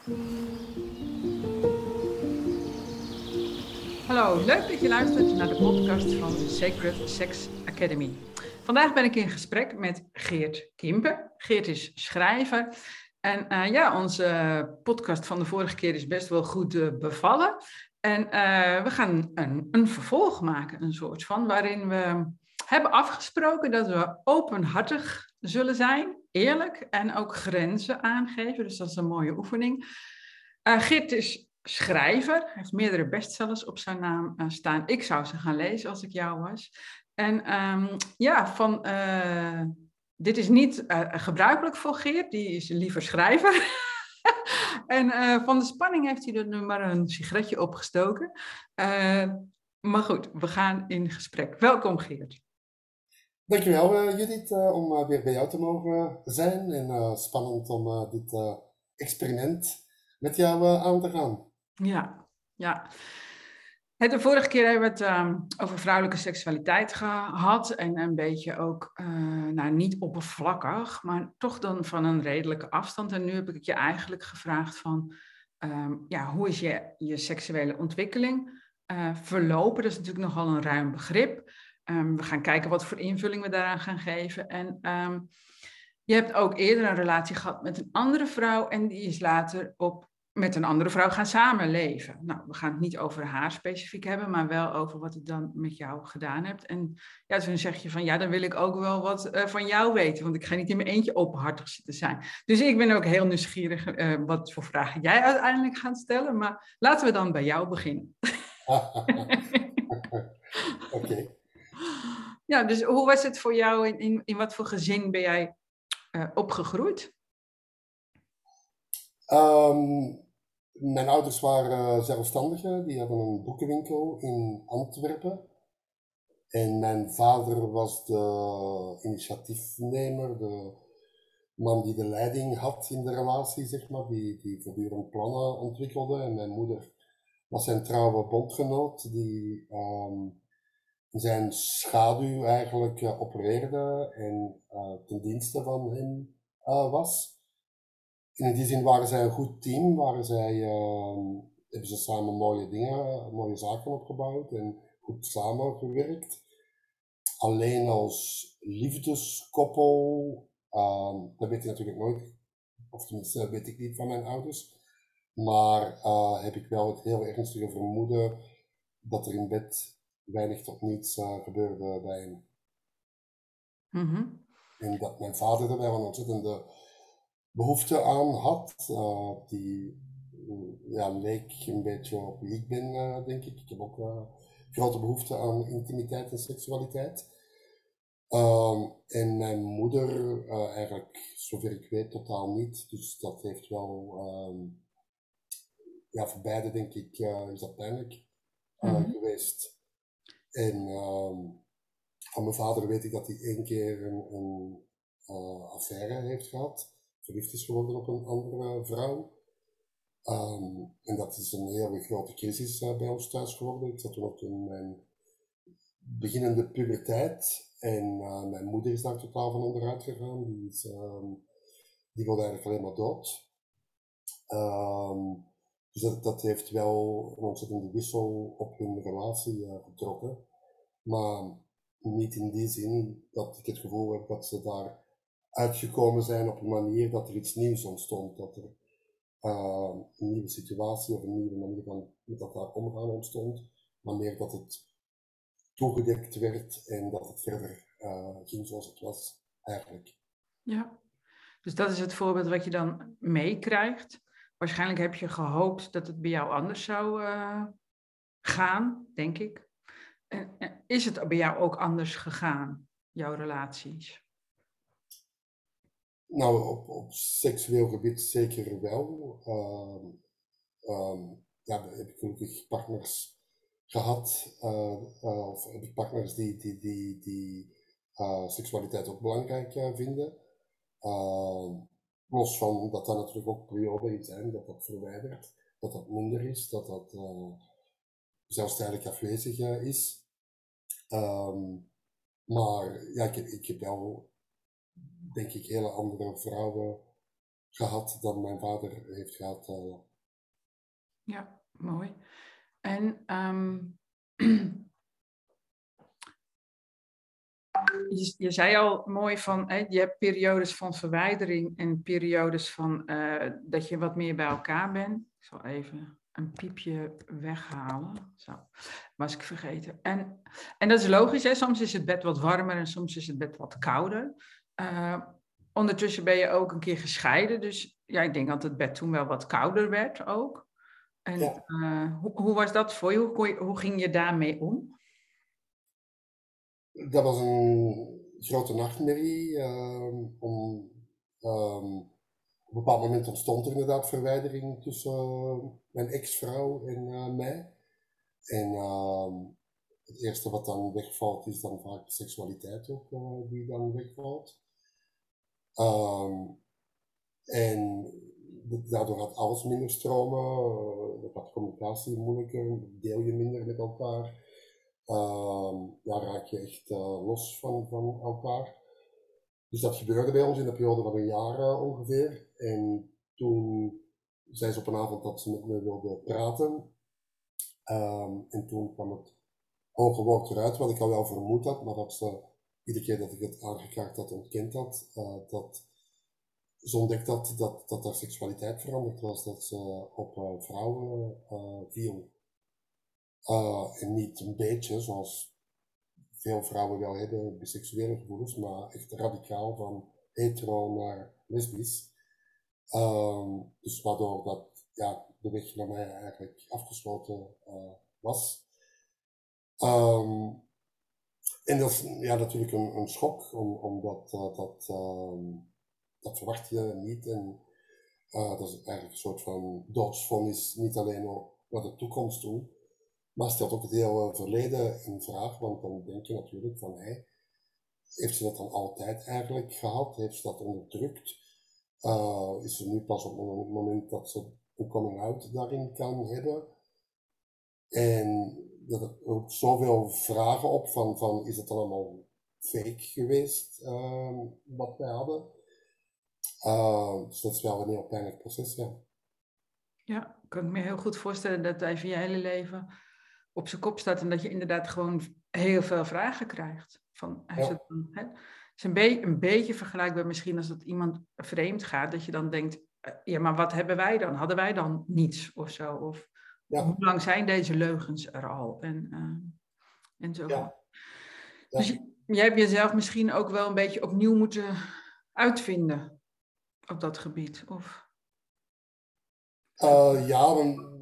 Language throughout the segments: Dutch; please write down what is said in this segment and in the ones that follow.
Hallo, leuk dat je luistert naar de podcast van de Sacred Sex Academy. Vandaag ben ik in gesprek met Geert Kimpe. Geert is schrijver. En onze podcast van de vorige keer is best wel goed bevallen. En we gaan een vervolg maken, een soort van, waarin we hebben afgesproken dat we openhartig zullen zijn, eerlijk en ook grenzen aangeven. Dus dat is een mooie oefening. Geert is schrijver. Hij heeft meerdere bestsellers op zijn naam staan. Ik zou ze gaan lezen als ik jou was. En dit is niet gebruikelijk voor Geert. Die is liever schrijver. En van de spanning heeft hij er nu maar een sigaretje opgestoken. Maar goed, we gaan in gesprek. Welkom Geert. Dankjewel Judith om weer bij jou te mogen zijn en spannend om dit experiment met jou aan te gaan. Ja, ja. De vorige keer hebben we het over vrouwelijke seksualiteit gehad. En een beetje ook, niet oppervlakkig, maar toch dan van een redelijke afstand. En nu heb ik het je eigenlijk gevraagd van, hoe is je seksuele ontwikkeling verlopen? Dat is natuurlijk nogal een ruim begrip. We gaan kijken wat voor invulling we daaraan gaan geven. En je hebt ook eerder een relatie gehad met een andere vrouw en die is later met een andere vrouw gaan samenleven. Nou, we gaan het niet over haar specifiek hebben, maar wel over wat het dan met jou gedaan hebt. En ja, toen zeg je van, ja, dan wil ik ook wel wat van jou weten, want ik ga niet in mijn eentje openhartig zitten zijn. Dus ik ben ook heel nieuwsgierig wat voor vragen jij uiteindelijk gaat stellen, maar laten we dan bij jou beginnen. Oké. Ja, dus hoe was het voor jou? In wat voor gezin ben jij opgegroeid? Ehm, Mijn ouders waren zelfstandigen, die hadden een boekenwinkel in Antwerpen. En mijn vader was de initiatiefnemer, de man die de leiding had in de relatie, zeg maar, die voortdurend plannen ontwikkelde. En mijn moeder was zijn trouwe bondgenoot, die in zijn schaduw eigenlijk opereerde en ten dienste van hem was. In die zin waren zij een goed team, hebben ze samen mooie dingen, mooie zaken opgebouwd en goed samengewerkt. Alleen als liefdeskoppel, dat weet je natuurlijk nooit, of tenminste dat weet ik niet van mijn ouders. Maar heb ik wel het heel ernstige vermoeden dat er in bed weinig tot niets gebeurde bij hem. Mhm. En dat mijn vader er wel een ontzettende behoefte aan had, die leek een beetje op wie ik ben, denk ik. Ik heb ook grote behoefte aan intimiteit en seksualiteit. En mijn moeder eigenlijk, zover ik weet, totaal niet. Dus dat heeft wel, voor beide denk ik, is dat pijnlijk Mhm. geweest. En van mijn vader weet ik dat hij één keer een affaire heeft gehad. Verliefd is geworden op een andere vrouw. En dat is een hele grote crisis bij ons thuis geworden. Ik zat toen ook in mijn beginnende puberteit. En mijn moeder is daar totaal van onderuit gegaan. Die wilde eigenlijk alleen maar dood. Ehm, dus dat heeft wel een ontzettende wissel op hun relatie getrokken. Maar niet in die zin dat ik het gevoel heb dat ze daar uitgekomen zijn op een manier dat er iets nieuws ontstond. Dat er een nieuwe situatie of een nieuwe manier van met elkaar omgaan ontstond. Maar meer dat het toegedekt werd en dat het verder ging zoals het was eigenlijk. Ja. Dus dat is het voorbeeld wat je dan meekrijgt. Waarschijnlijk heb je gehoopt dat het bij jou anders zou gaan, denk ik. Is het bij jou ook anders gegaan, jouw relaties? Nou, op seksueel gebied zeker wel. Heb ik gelukkig partners gehad, of heb ik partners die seksualiteit ook belangrijk vinden. Los van dat dat natuurlijk ook perioden zijn, dat dat verwijdert, dat dat minder is, dat dat zelfs tijdelijk afwezig is. Ehm, maar ja, ik heb wel, denk ik, hele andere vrouwen gehad dan mijn vader heeft gehad. Ja, mooi. En je zei al mooi van, je hebt periodes van verwijdering en periodes van dat je wat meer bij elkaar bent. Ik zal even een piepje weghalen. Zo, was ik vergeten. En dat is logisch, hè? Soms is het bed wat warmer en soms is het bed wat kouder. Ondertussen ben je ook een keer gescheiden, dus ja, ik denk dat het bed toen wel wat kouder werd ook. En Ja, hoe was dat voor je? Hoe ging je daarmee om? dat was een grote nachtmerrie. Op een bepaald moment ontstond er inderdaad verwijdering tussen mijn ex-vrouw en mij. En het eerste wat dan wegvalt is dan vaak de seksualiteit ook, die dan wegvalt. Ehm, en daardoor gaat alles minder stromen, dan gaat communicatie moeilijker, deel je minder met elkaar. Ja, raak je echt los van elkaar. Dus dat gebeurde bij ons in de periode van een jaar ongeveer. En toen zei ze op een avond dat ze met me wilde praten. En toen kwam het hoge woord eruit, wat ik al wel vermoed had, maar dat ze iedere keer dat ik het aangekaart had, ontkend had, dat ze ontdekt had dat haar seksualiteit veranderd was, dat ze op vrouwen viel. En niet een beetje, zoals veel vrouwen wel hebben, biseksuele gevoelens, maar echt radicaal van hetero naar lesbisch. Dus waardoor dat, ja, de weg naar mij eigenlijk afgesloten was. En dat is ja, natuurlijk een schok, omdat dat verwacht je niet. En dat is eigenlijk een soort van doodsvonnis, niet alleen naar de toekomst toe, maar stelt ook het hele verleden in vraag, want dan denk je natuurlijk van, hey, heeft ze dat dan altijd eigenlijk gehad? Heeft ze dat onderdrukt? Is ze nu pas op het moment dat ze een coming-out daarin kan hebben? En dat roept zoveel vragen op van is het dan allemaal fake geweest wat wij hadden? Dus dat is wel een heel pijnlijk proces, ja. Ja, kan ik me heel goed voorstellen dat even je hele leven op zijn kop staat en dat je inderdaad gewoon heel veel vragen krijgt. Van, heeft Ja, het, hè? Het is een beetje vergelijkbaar misschien als dat iemand vreemd gaat, dat je dan denkt, ja, maar wat hebben wij dan? Hadden wij dan niets of zo? Of hoe ja, lang zijn deze leugens er al? Enzovoort. ja, Dus ja. jij hebt jezelf misschien ook wel een beetje opnieuw moeten uitvinden op dat gebied. Of... Ja,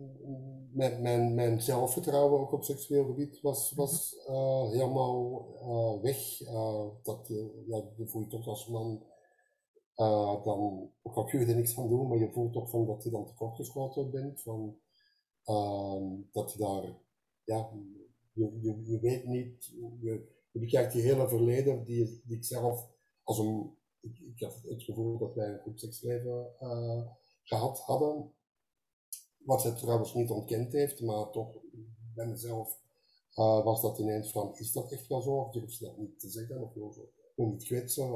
mijn zelfvertrouwen ook op seksueel gebied was helemaal weg. Ja, je voelt toch als man dan, ook al kun je er niks aan doen, maar je voelt toch van dat je dan tekortgeschoten bent. Van, dat je daar, ja, je weet niet, je bekijkt die hele verleden die ik zelf als een, ik had het gevoel dat wij een goed seksleven gehad hadden. Wat zij trouwens niet ontkend heeft, maar toch bij mezelf was dat ineens van, is dat echt wel zo? Of durf ze dat niet te zeggen? Of wil ze niet kwetsen?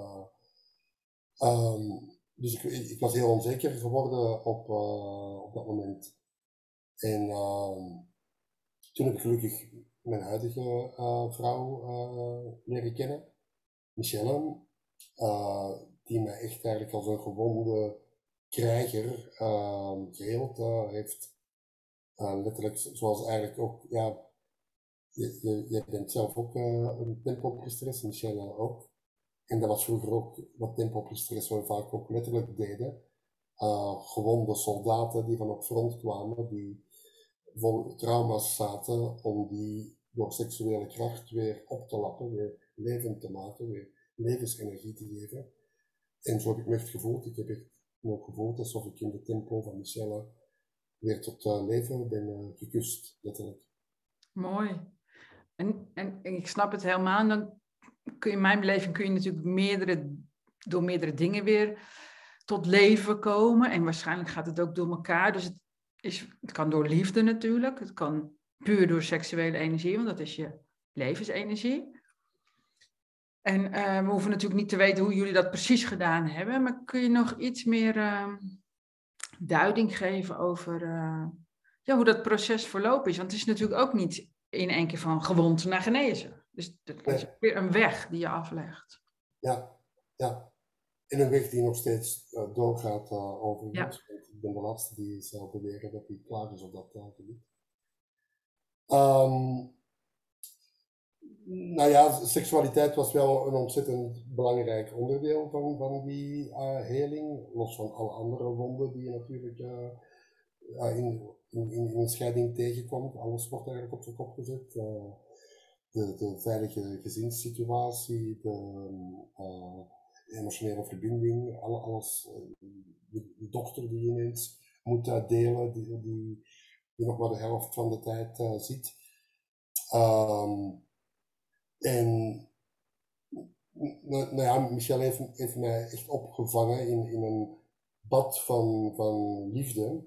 Dus ik was heel onzeker geworden op dat moment. En toen heb ik gelukkig mijn huidige vrouw leren kennen, Michelle, die mij echt eigenlijk als een gewonde krijger geheeld heeft. Letterlijk, zoals eigenlijk ook, ja, je bent zelf ook een tempelpriesteres, Michelle ook. En dat was vroeger ook wat tempelpriesteressen vaak ook letterlijk deden. Gewonde soldaten die van op front kwamen, die vol trauma's zaten, om die door seksuele kracht weer op te lappen, weer levend te maken, weer levensenergie te geven. En zo heb ik me echt gevoeld. Ik heb echt me gevoeld alsof ik in de tempel van Michelle weer tot leven ben gekust, letterlijk. Mooi. En ik snap het helemaal. Dan kun je, in mijn beleving kun je natuurlijk door meerdere dingen weer tot leven komen. En waarschijnlijk gaat het ook door elkaar. Dus het kan door liefde natuurlijk. Het kan puur door seksuele energie, want dat is je levensenergie. En we hoeven natuurlijk niet te weten hoe jullie dat precies gedaan hebben, maar kun je nog iets meer duiding geven over hoe dat proces verlopen is? Want het is natuurlijk ook niet in één keer van gewond naar genezen. Dus dat is Nee, weer een weg die je aflegt. ja, ja. En een weg die nog steeds doorgaat Ja, overigens. Want ik ben de laatste die zou beweren dat hij klaar is op dat gebied. Ehm, nou ja, seksualiteit was wel een ontzettend belangrijk onderdeel van die heling. Los van alle andere wonden die je natuurlijk in een scheiding tegenkomt. Alles wordt eigenlijk op zijn kop gezet. De veilige gezinssituatie, emotionele verbinding, alles. De dochter die je ineens moet delen, die nog maar de helft van de tijd ziet. En nou ja, Michel heeft mij echt opgevangen in een bad van liefde.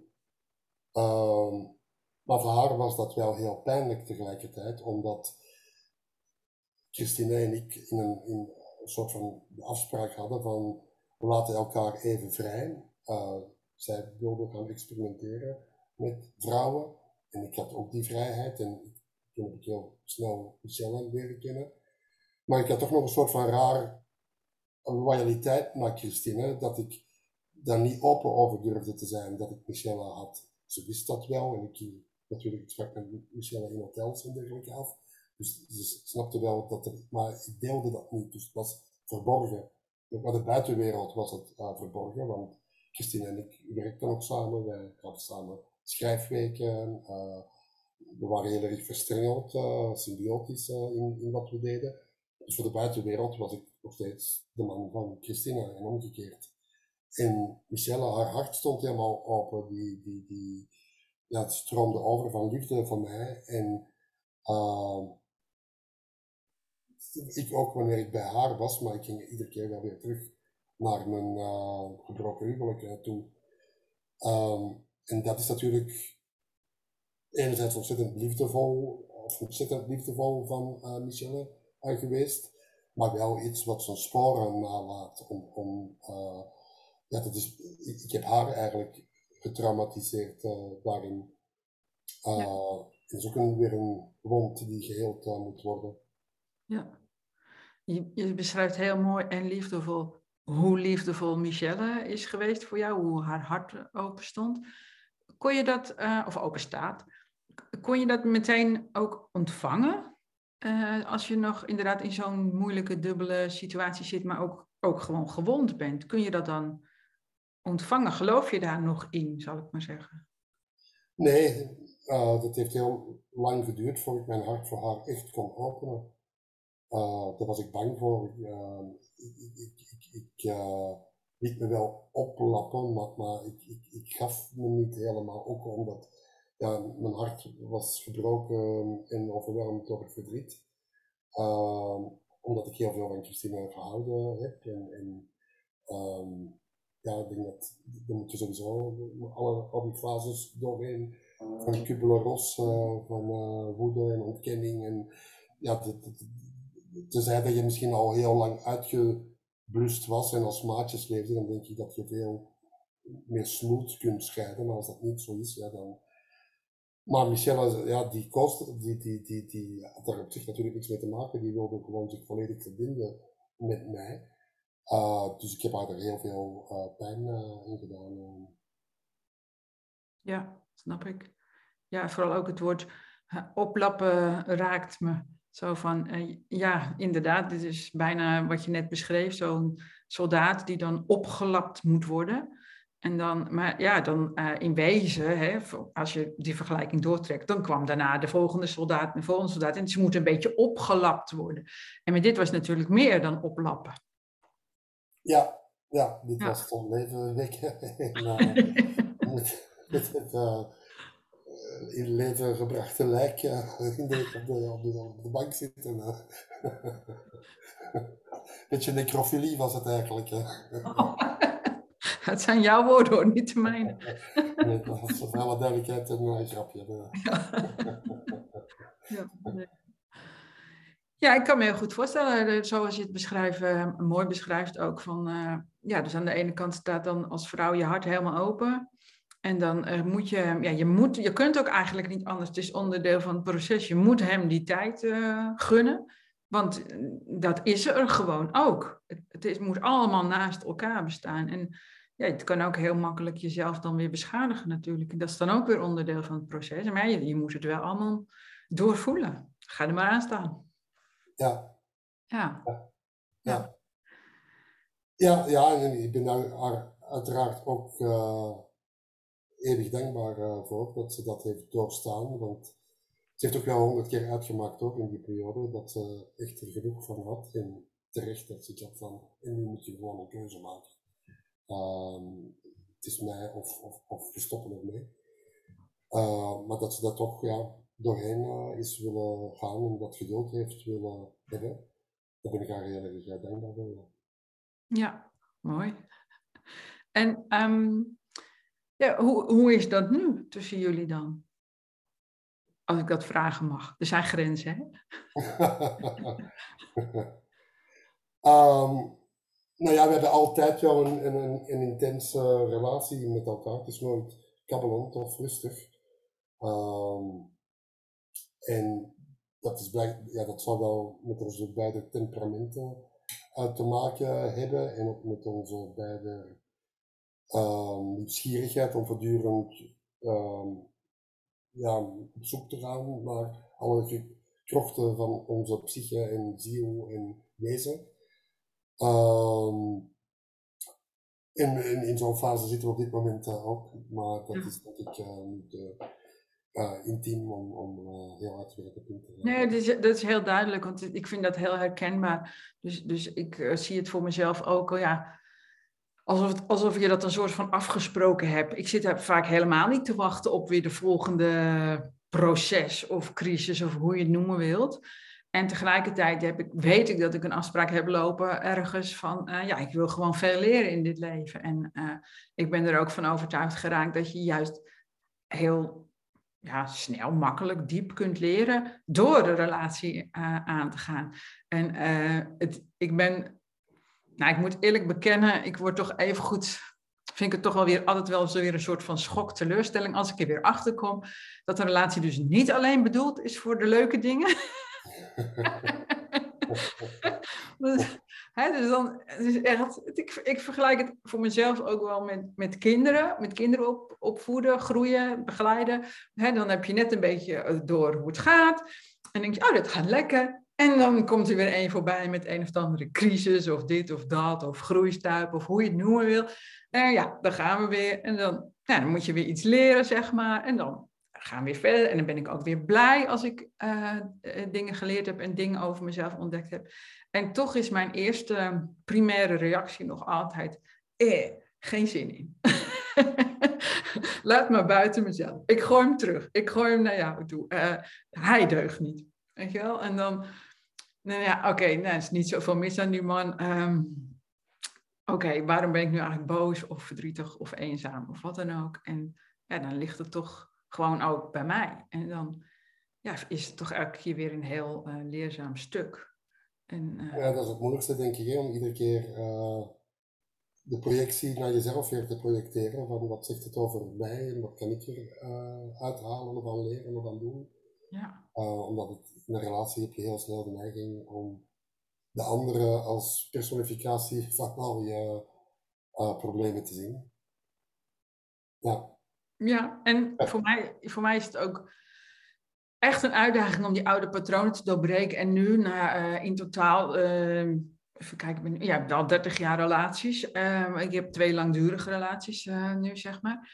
Maar voor haar was dat wel heel pijnlijk tegelijkertijd, omdat Christine en ik in een soort van afspraak hadden van we laten elkaar even vrij. Zij wilde gaan experimenteren met vrouwen en ik had ook die vrijheid en toen heb ik heel snel Michelle leren kennen. Maar ik had toch nog een soort van raar loyaliteit naar Christine, dat ik daar niet open over durfde te zijn dat ik Michelle had. Ze wist dat wel en ik sprak met Michelle in hotels en dergelijke af. Dus ze snapte wel dat maar ik deelde dat niet, dus het was verborgen. Ook bij de buitenwereld was het verborgen, want Christine en ik werkten ook samen, wij hadden samen schrijfweken, we waren heel erg verstrengeld, symbiotisch in wat we deden. Dus voor de buitenwereld was ik nog steeds de man van Christina en omgekeerd. En Michelle, haar hart stond helemaal open, het stroomde over van liefde voor mij. En ik ook wanneer ik bij haar was, maar ik ging iedere keer wel weer terug naar mijn gebroken huwelijk toe. En dat is natuurlijk enerzijds ontzettend liefdevol van Michelle geweest, maar wel iets wat zijn sporen nalaat. Ik heb haar eigenlijk getraumatiseerd daarin. ja, Het is ook weer een wond die geheeld moet worden. ja. Je beschrijft heel mooi en liefdevol hoe liefdevol Michelle is geweest voor jou, hoe haar hart open stond. Kon je dat, of open staat, kon je dat meteen ook ontvangen? Als je nog inderdaad in zo'n moeilijke dubbele situatie zit, maar ook gewoon gewond bent. Kun je dat dan ontvangen? Geloof je daar nog in, zal ik maar zeggen? Nee, dat heeft heel lang geduurd voordat ik mijn hart voor haar echt kon openen. Daar was ik bang voor. Ik liet me wel oplappen, maar ik gaf me niet helemaal. Ook omdat mijn hart was gebroken en overweldigd door het verdriet. Omdat ik heel veel van Christine gehouden heb. Ik denk dat dan moet je sowieso al die fases doorheen. Van Kubler-Ross, van woede en ontkenning. En ja, tenzij dat je misschien al heel lang uitgeblust was en als maatjes leefde, dan denk ik dat je veel meer smooth kunt scheiden. Maar als dat niet zo is, ja dan. Maar Michelle, ja, die had daar op zich natuurlijk niks mee te maken. Die wilde gewoon zich volledig verbinden met mij. Dus ik heb haar er heel veel pijn in gedaan. Ja, snap ik. Ja, vooral ook het woord oplappen raakt me. Zo van, ja, inderdaad, dit is bijna wat je net beschreef. Zo'n soldaat die dan opgelapt moet worden. En dan, maar ja, dan in wezen, hè, als je die vergelijking doortrekt, dan kwam daarna de volgende soldaat, de volgende soldaat. En ze moeten een beetje opgelapt worden. En met dit was natuurlijk meer dan oplappen. Ja, dit Ja. was toch leven wekken. En met het in leven gebrachte lijk op de bank zitten. Beetje necrofilie was het eigenlijk. Het zijn jouw woorden hoor, niet de mijne. Nee, dat was voor alle duidelijkheid een grapje. Ja, nee. Ja, ik kan me heel goed voorstellen, zoals je het mooi beschrijft ook, van, dus aan de ene kant staat dan als vrouw je hart helemaal open. En dan moet je kunt ook eigenlijk niet anders, het is onderdeel van het proces, je moet hem die tijd gunnen, want dat is er gewoon ook. Het moet allemaal naast elkaar bestaan. En ja, het kan ook heel makkelijk jezelf dan weer beschadigen natuurlijk. En dat is dan ook weer onderdeel van het proces. Maar ja, je moet het wel allemaal doorvoelen. Ga er maar aan staan. Ja, Ja, ja, ja, ja. Ja, en ik ben daar uiteraard ook eeuwig dankbaar voor dat ze dat heeft doorstaan. Want ze heeft ook wel 100 keer uitgemaakt ook in die periode dat ze echt er genoeg van had. En terecht dat ze dat van, en nu moet je gewoon een keuze maken. Het is mij of we stoppen ermee. Maar dat ze dat toch doorheen is willen gaan en dat geduld heeft willen hebben, daar ben ik haar heel erg dankbaar voor. Ja. ja, mooi. En hoe is dat nu tussen jullie dan? Als ik dat vragen mag. Er zijn grenzen, hè? Nou ja, we hebben altijd wel een intense relatie met elkaar. Het is nooit kabbelend of rustig. En dat is dat zal wel met onze beide temperamenten te maken hebben en ook met onze beide nieuwsgierigheid om voortdurend op zoek te gaan naar alle krochten van onze psyche en ziel en wezen. In zo'n fase zitten we op dit moment ook, maar dat is denk ik niet intiem om heel uitgebreid in te gaan. Nee, dat is heel duidelijk, want ik vind dat heel herkenbaar. Dus ik zie het voor mezelf ook al, ja, alsof je dat een soort van afgesproken hebt. Ik zit vaak helemaal niet te wachten op weer de volgende proces of crisis of hoe je het noemen wilt. En tegelijkertijd weet ik dat ik een afspraak heb lopen ergens van, ik wil gewoon veel leren in dit leven. En ik ben er ook van overtuigd geraakt dat je juist heel snel, makkelijk, diep kunt leren door de relatie aan te gaan. En ik moet eerlijk bekennen, ik word toch even goed, vind ik het toch wel weer altijd wel zo weer een soort van schok, teleurstelling, als ik er weer achter kom, dat een relatie dus niet alleen bedoeld is voor de leuke dingen. Dus dan, dus echt, ik vergelijk het voor mezelf ook wel met kinderen opvoeden, groeien, begeleiden. Dan heb je net een beetje door hoe het gaat. En denk je, dit gaat lekker. En dan komt er weer een voorbij met een of andere crisis, of dit of dat, of groeistuip, of hoe je het noemen wil. Dan gaan we weer. En dan moet je weer iets leren, zeg maar. En dan gaan we weer verder. En dan ben ik ook weer blij als ik dingen geleerd heb en dingen over mezelf ontdekt heb. En toch is mijn eerste primaire reactie nog altijd, geen zin in. Laat maar buiten mezelf. Ik gooi hem terug. Ik gooi hem naar jou toe. Hij deugt niet. Weet je wel? En dan, er is niet zoveel mis aan die man. Waarom ben ik nu eigenlijk boos of verdrietig of eenzaam of wat dan ook? En dan ligt het toch gewoon ook bij mij. En dan is het toch elke keer weer een heel leerzaam stuk. Dat is het moeilijkste, denk ik, om iedere keer de projectie naar jezelf weer te projecteren. Van wat zegt het over mij en wat kan ik er uithalen of aan leren of aan doen. Ja. Omdat in een relatie heb je heel snel de neiging om de andere als personificatie van al je problemen te zien. Ja. Ja, en voor mij is het ook echt een uitdaging om die oude patronen te doorbreken. En nu, in totaal, even kijken, ik heb al 30 jaar relaties. Ik heb 2 langdurige relaties nu, zeg maar.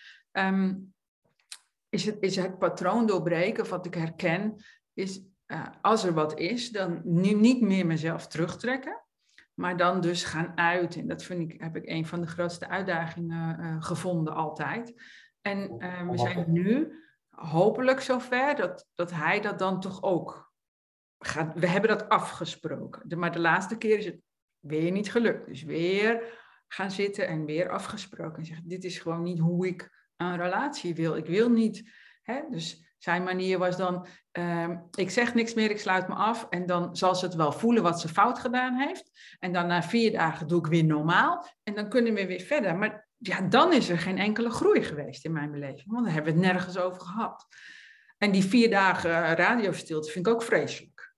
Is het patroon doorbreken, of wat ik herken, is als er wat is, dan niet meer mezelf terugtrekken. Maar dan dus gaan uiten. En dat heb ik een van de grootste uitdagingen gevonden altijd. En we zijn nu hopelijk zover dat hij dat dan toch ook gaat. We hebben dat afgesproken. Maar de laatste keer is het weer niet gelukt. Dus weer gaan zitten en weer afgesproken. En zeggen, dit is gewoon niet hoe ik een relatie wil. Ik wil niet. Dus Zijn manier was dan, ik zeg niks meer, ik sluit me af. En dan zal ze het wel voelen wat ze fout gedaan heeft. En dan na 4 dagen doe ik weer normaal. En dan kunnen we weer verder. Maar ja, dan is er geen enkele groei geweest in mijn beleving. Want daar hebben we het nergens over gehad. En die 4 dagen radiostilte vind ik ook vreselijk.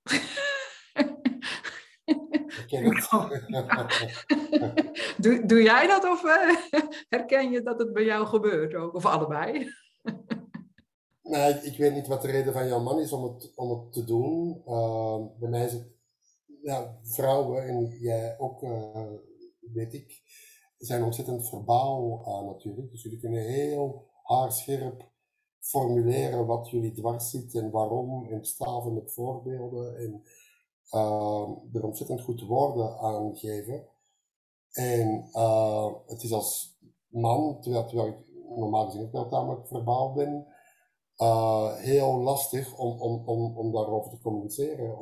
Ik ken het. Doe jij dat of herken je dat het bij jou gebeurt ook? Of allebei? Nee, ik weet niet wat de reden van jouw man is om het te doen. Bij mij is het, ja, vrouwen en jij ook, weet ik, zijn ontzettend verbaal natuurlijk. Dus jullie kunnen heel haarscherp formuleren wat jullie dwars zit en waarom en staven met voorbeelden en er ontzettend goed woorden aan geven. En het is als man, terwijl ik normaal gezien ook wel tamelijk verbaal ben, heel lastig om daarover te communiceren.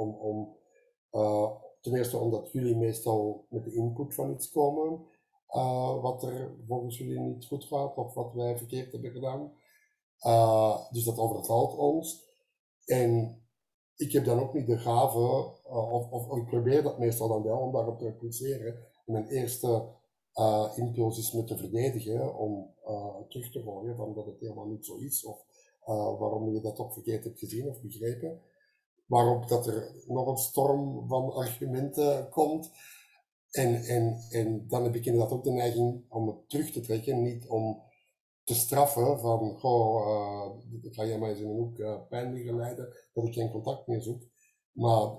Ten eerste omdat jullie meestal met de input van iets komen, wat er volgens jullie niet goed gaat of wat wij verkeerd hebben gedaan. Dus dat overvalt ons. En ik heb dan ook niet de gave, of ik probeer dat meestal dan wel om daarop te repliceren. En mijn eerste impuls is me te verdedigen, om terug te gooien van dat het helemaal niet zo is, of waarom je dat toch verkeerd hebt gezien of begrepen. Waarop dat er nog een storm van argumenten komt. En dan heb ik inderdaad ook de neiging om het terug te trekken, niet om te straffen van, goh, ga jij maar eens in een hoek pijn liggen lijden, dat ik geen contact meer zoek. Maar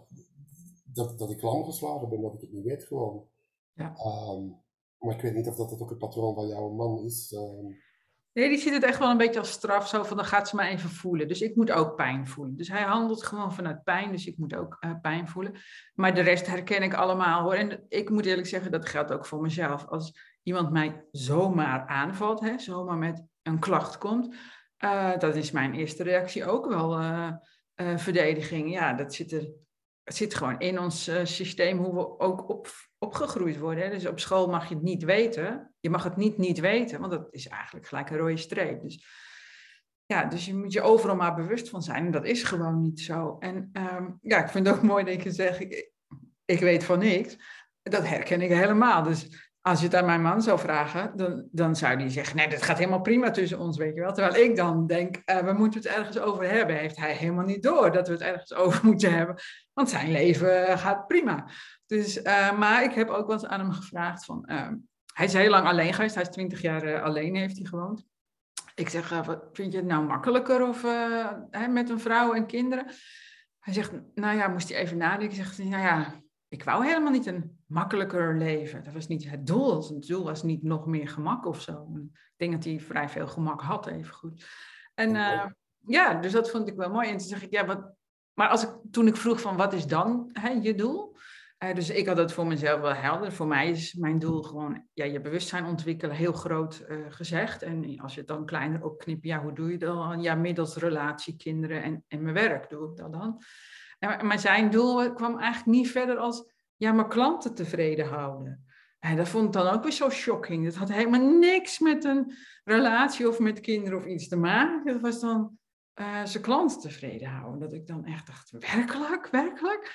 dat ik lam geslagen ben, dat ik het niet weet gewoon. Ja. Maar ik weet niet of dat ook het patroon van jouw man is. Nee, die ziet het echt wel een beetje als straf, zo van dan gaat ze maar even voelen. Dus ik moet ook pijn voelen. Dus hij handelt gewoon vanuit pijn, dus ik moet ook pijn voelen. Maar de rest herken ik allemaal hoor. En ik moet eerlijk zeggen, dat geldt ook voor mezelf. Als iemand mij zomaar aanvalt, hè, zomaar met een klacht komt, dat is mijn eerste reactie ook wel verdediging. Ja, het zit gewoon in ons systeem hoe we ook opgegroeid worden. Hè? Dus op school mag je het niet weten. Je mag het niet weten, want dat is eigenlijk gelijk een rode streep. Dus ja, dus je moet je overal maar bewust van zijn. En dat is gewoon niet zo. En ja, ik vind het ook mooi dat je zegt, ik weet van niks. Dat herken ik helemaal. Dus als je het aan mijn man zou vragen, dan zou hij zeggen, nee, dat gaat helemaal prima tussen ons, weet je wel. Terwijl ik dan denk, we moeten het ergens over hebben. Heeft hij helemaal niet door dat we het ergens over moeten hebben. Want zijn leven gaat prima. Dus, maar ik heb ook wel eens aan hem gevraagd van, hij is heel lang alleen geweest. Hij is 20 jaar alleen heeft hij gewoond. Ik zeg, wat vind je het nou makkelijker of met een vrouw en kinderen? Hij zegt, nou ja, moest hij even nadenken. Hij zegt, nou ja, ik wou helemaal niet een makkelijker leven. Dat was niet het doel. Het doel was niet nog meer gemak of zo. Ik denk dat hij vrij veel gemak had, even goed. En ja, dus dat vond ik wel mooi. En toen zeg ik, ja, wat... Maar toen ik vroeg van, wat is dan je doel? Dus ik had het voor mezelf wel helder. Voor mij is mijn doel gewoon je bewustzijn ontwikkelen, heel groot gezegd. En als je het dan kleiner opknipt, ja, hoe doe je dat dan? Ja, middels relatie, kinderen en mijn werk doe ik dat dan. Maar zijn doel kwam eigenlijk niet verder als, ja, mijn klanten tevreden houden. En dat vond ik dan ook weer zo shocking. Dat had helemaal niks met een relatie of met kinderen of iets te maken. Dat was dan zijn klanten tevreden houden. Dat ik dan echt dacht, werkelijk? Werkelijk?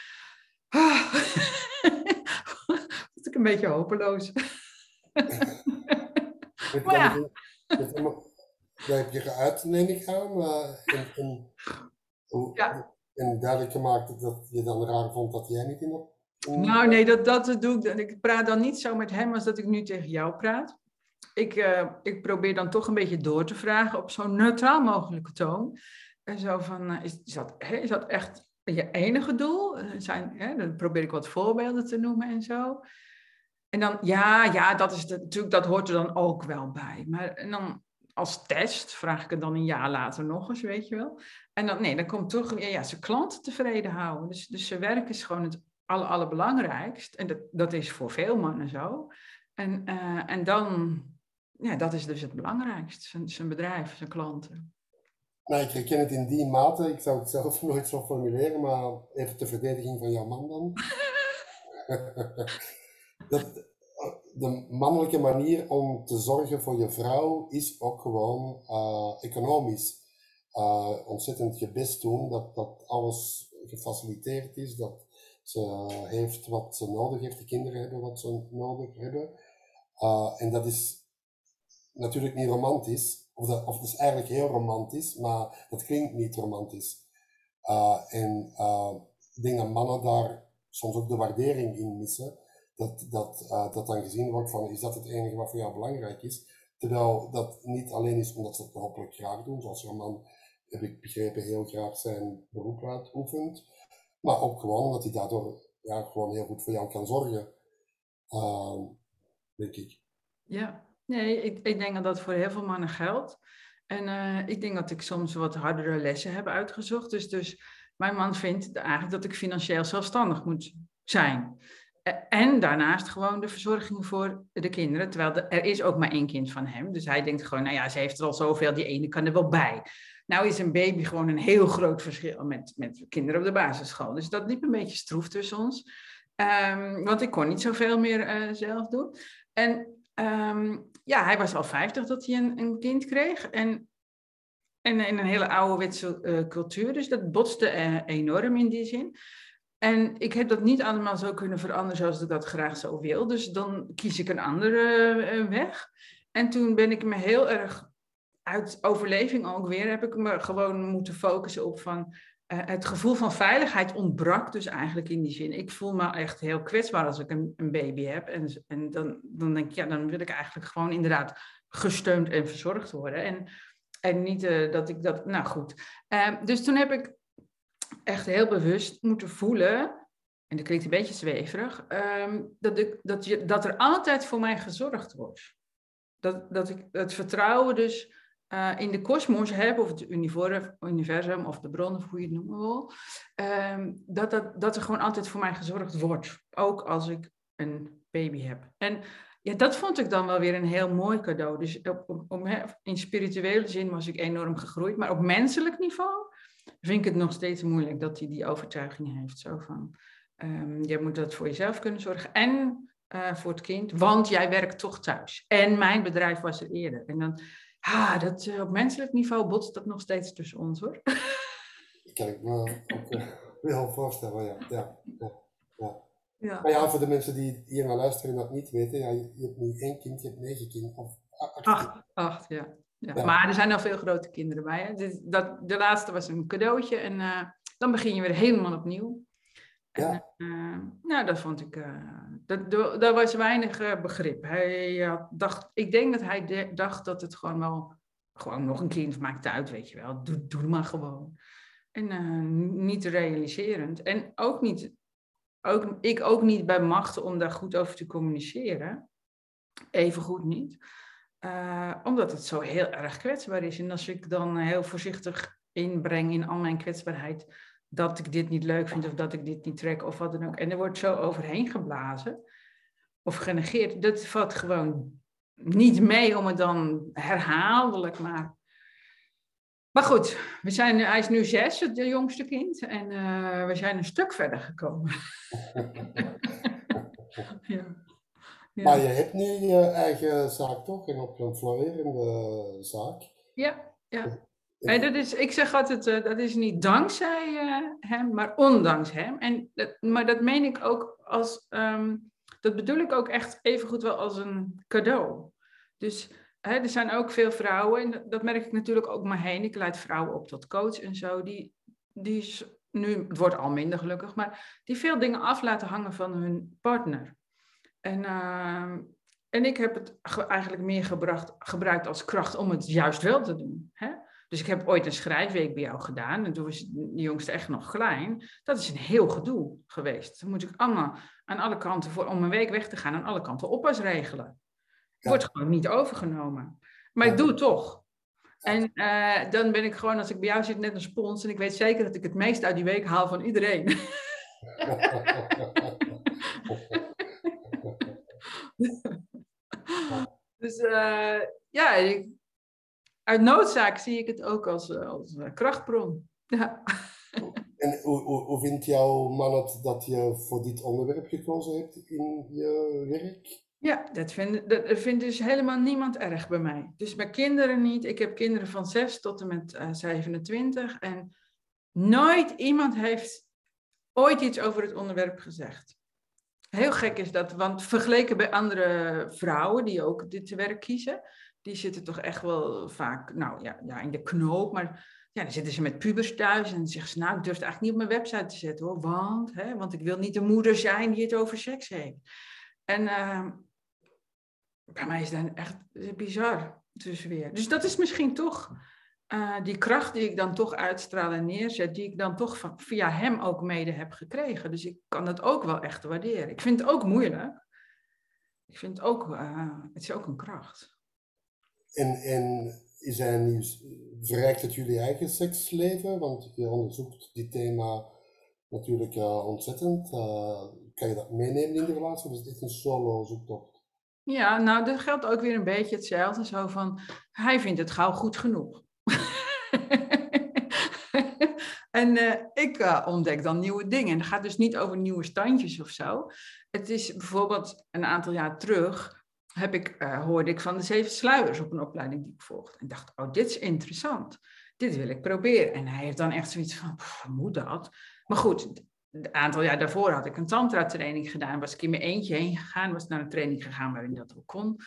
Dat ik een beetje hopeloos. Maar ja. Dat heb je geuit, neem ik aan. Ja. En duidelijk gemaakt dat je dan raar vond dat jij niet in. Nou nee, dat doe ik. Ik praat dan niet zo met hem als dat ik nu tegen jou praat. Ik probeer dan toch een beetje door te vragen op zo'n neutraal mogelijke toon. En zo van, is dat echt je enige doel? Dan probeer ik wat voorbeelden te noemen en zo. En dan, ja, natuurlijk, dat hoort er dan ook wel bij. Maar en dan als test vraag ik het dan een jaar later nog eens, weet je wel. En dan komt toch, zijn klanten tevreden houden. Dus zijn werk is gewoon het allerbelangrijkst. En dat is voor veel mannen zo. En dan, ja, dat is dus het belangrijkst. Zijn bedrijf, zijn klanten. Nou, ik herken het in die mate. Ik zou het zelf nooit zo formuleren, maar even ter verdediging van jouw man dan. De mannelijke manier om te zorgen voor je vrouw is ook gewoon economisch. ontzettend je best doen dat alles gefaciliteerd is, dat ze heeft wat ze nodig heeft, de kinderen hebben wat ze nodig hebben. En dat is natuurlijk niet romantisch, of dat is eigenlijk heel romantisch, maar dat klinkt niet romantisch. Ik denk dat mannen daar soms ook de waardering in missen, dat dan gezien wordt van, is dat het enige wat voor jou belangrijk is? Terwijl dat niet alleen is omdat ze het hopelijk graag doen, zoals jouw man, heb ik begrepen, heel graag zijn beroep uitoefent, maar ook gewoon omdat hij daardoor gewoon heel goed voor jou kan zorgen, denk ik. Ja, nee, ik denk dat dat voor heel veel mannen geldt. En ik denk dat ik soms wat hardere lessen heb uitgezocht. Dus mijn man vindt eigenlijk dat ik financieel zelfstandig moet zijn. En daarnaast gewoon de verzorging voor de kinderen. Terwijl er is ook maar één kind van hem. Dus hij denkt gewoon, nou ja, ze heeft er al zoveel, die ene kan er wel bij. Nou is een baby gewoon een heel groot verschil met kinderen op de basisschool. Dus dat liep een beetje stroef tussen ons. Want ik kon niet zoveel meer zelf doen. En ja, hij was al 50 dat hij een kind kreeg. En in een hele ouderwetse cultuur. Dus dat botste enorm in die zin. En ik heb dat niet allemaal zo kunnen veranderen zoals ik dat graag zo wil. Dus dan kies ik een andere weg. En toen ben ik me heel erg uit overleving ook weer, heb ik me gewoon moeten focussen op van het gevoel van veiligheid ontbrak dus eigenlijk in die zin. Ik voel me echt heel kwetsbaar als ik een baby heb. En dan denk ik, ja, dan wil ik eigenlijk gewoon inderdaad gesteund en verzorgd worden. En niet dat ik dat, nou goed. Dus toen heb ik echt heel bewust moeten voelen, en dat klinkt een beetje zweverig, dat er altijd voor mij gezorgd wordt. Dat ik het vertrouwen dus in de kosmos heb, of het universum, of de bron, of hoe je het noemen wil, dat er gewoon altijd voor mij gezorgd wordt. Ook als ik een baby heb. En ja, dat vond ik dan wel weer een heel mooi cadeau. Dus in spirituele zin was ik enorm gegroeid. Maar op menselijk niveau vind ik het nog steeds moeilijk dat hij die overtuiging heeft. Zo van, je moet dat voor jezelf kunnen zorgen. En voor het kind, want jij werkt toch thuis. En mijn bedrijf was er eerder. En dan, op menselijk niveau botst dat nog steeds tussen ons, hoor. Dat kan ik me ook wel voorstellen, ja. Ja. Maar ja, voor de mensen die hier naar luisteren en dat niet weten, ja, je hebt niet 1 kind, je hebt 9 kinderen, of 8 Acht, ja. Ja. Ja. Maar er zijn al veel grote kinderen bij. Hè? De laatste was een cadeautje. En dan begin je weer helemaal opnieuw. En, nou, dat vond ik... daar was weinig begrip. Hij dacht... Ik denk dat hij dacht dat het gewoon wel... Gewoon nog een kind maakt uit, weet je wel. Doe maar gewoon. En niet realiserend. En ik ook niet bij machten om daar goed over te communiceren. Even goed niet. Omdat het zo heel erg kwetsbaar is. En als ik dan heel voorzichtig inbreng in al mijn kwetsbaarheid, dat ik dit niet leuk vind of dat ik dit niet trek of wat dan ook. En er wordt zo overheen geblazen of genegeerd. Dat valt gewoon niet mee om het dan herhaaldelijk maar goed, hij is nu 6, het jongste kind. En we zijn een stuk verder gekomen. Ja. Ja. Maar je hebt nu je eigen zaak toch? En ook een florerende zaak. Ja. Nee, ik zeg altijd, dat is niet dankzij hem, maar ondanks hem. Maar dat meen ik ook dat bedoel ik ook echt evengoed wel als een cadeau. Dus er zijn ook veel vrouwen, en dat merk ik natuurlijk ook om me heen. Ik leid vrouwen op tot coach en zo, die nu, het wordt al minder gelukkig, maar die veel dingen af laten hangen van hun partner. En ik heb het eigenlijk meer gebruikt als kracht om het juist wel te doen. Hè? Dus ik heb ooit een schrijfweek bij jou gedaan. En toen was de jongste echt nog klein. Dat is een heel gedoe geweest. Dan moet ik allemaal aan alle kanten, om een week weg te gaan, aan alle kanten oppas regelen. Wordt gewoon niet overgenomen. Maar ik doe het toch. En dan ben ik gewoon, als ik bij jou zit, net een spons. En ik weet zeker dat ik het meest uit die week haal van iedereen. Dus uit noodzaak zie ik het ook als krachtbron. Ja. En hoe vindt jouw man het dat je voor dit onderwerp gekozen hebt in je werk? Ja, dat vindt dus helemaal niemand erg bij mij. Dus bij kinderen niet. Ik heb kinderen van 6 tot en met 27. En nooit iemand heeft ooit iets over het onderwerp gezegd. Heel gek is dat, want vergeleken bij andere vrouwen die ook dit werk kiezen, die zitten toch echt wel vaak, nou ja, in de knoop, maar ja, dan zitten ze met pubers thuis en dan zeggen ze, nou, ik durf het eigenlijk niet op mijn website te zetten hoor, want ik wil niet de moeder zijn die het over seks heeft. En bij mij is dat echt bizar, dus weer. Dus dat is misschien toch die kracht die ik dan toch uitstraal en neerzet, die ik dan toch via hem ook mede heb gekregen. Dus ik kan het ook wel echt waarderen. Ik vind het ook moeilijk. Ik vind het ook, het is ook een kracht. En verrijkt het jullie eigen seksleven? Want je onderzoekt die thema natuurlijk ontzettend. Kan je dat meenemen in de relatie of is dit een solo zoektocht? Ja, nou, dat geldt ook weer een beetje hetzelfde. Zo van, hij vindt het gauw goed genoeg. En ik ontdek dan nieuwe dingen. En het gaat dus niet over nieuwe standjes of zo. Het is bijvoorbeeld een aantal jaar terug hoorde ik van de 7 sluiers op een opleiding die ik volgde. En dacht, oh, dit is interessant. Dit wil ik proberen. En hij heeft dan echt zoiets van, hoe moet dat? Maar goed, een aantal jaar daarvoor had ik een tantra training gedaan. Was ik in mijn eentje heen gegaan. Was naar een training gegaan waarin dat ook kon.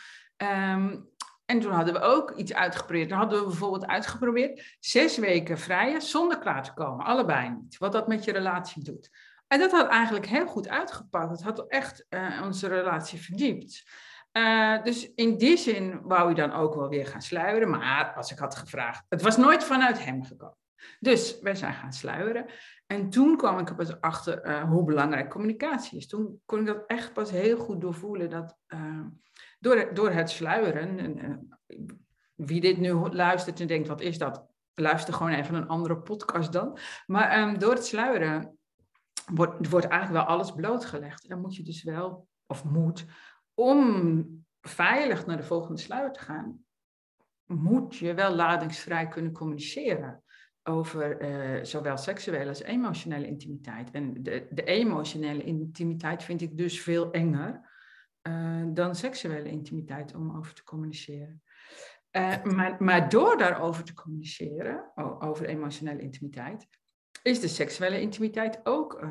En toen hadden we ook iets uitgeprobeerd. Dan hadden we bijvoorbeeld uitgeprobeerd 6 weken vrijen zonder klaar te komen. Allebei niet. Wat dat met je relatie doet. En dat had eigenlijk heel goed uitgepakt. Het had echt onze relatie verdiept. Dus in die zin wou je dan ook wel weer gaan sluieren. Maar als ik had gevraagd, het was nooit vanuit hem gekomen. Dus wij zijn gaan sluieren. En toen kwam ik er pas achter hoe belangrijk communicatie is. Toen kon ik dat echt pas heel goed doorvoelen. Dat door het sluieren, wie dit nu luistert en denkt, wat is dat? Luister gewoon even een andere podcast dan. Maar door het sluieren wordt eigenlijk wel alles blootgelegd. En moet je dus wel, of moet, om veilig naar de volgende sluier te gaan, moet je wel ladingsvrij kunnen communiceren over zowel seksuele als emotionele intimiteit. En de emotionele intimiteit vind ik dus veel enger dan seksuele intimiteit om over te communiceren. Maar door daarover te communiceren, over emotionele intimiteit, is de seksuele intimiteit ook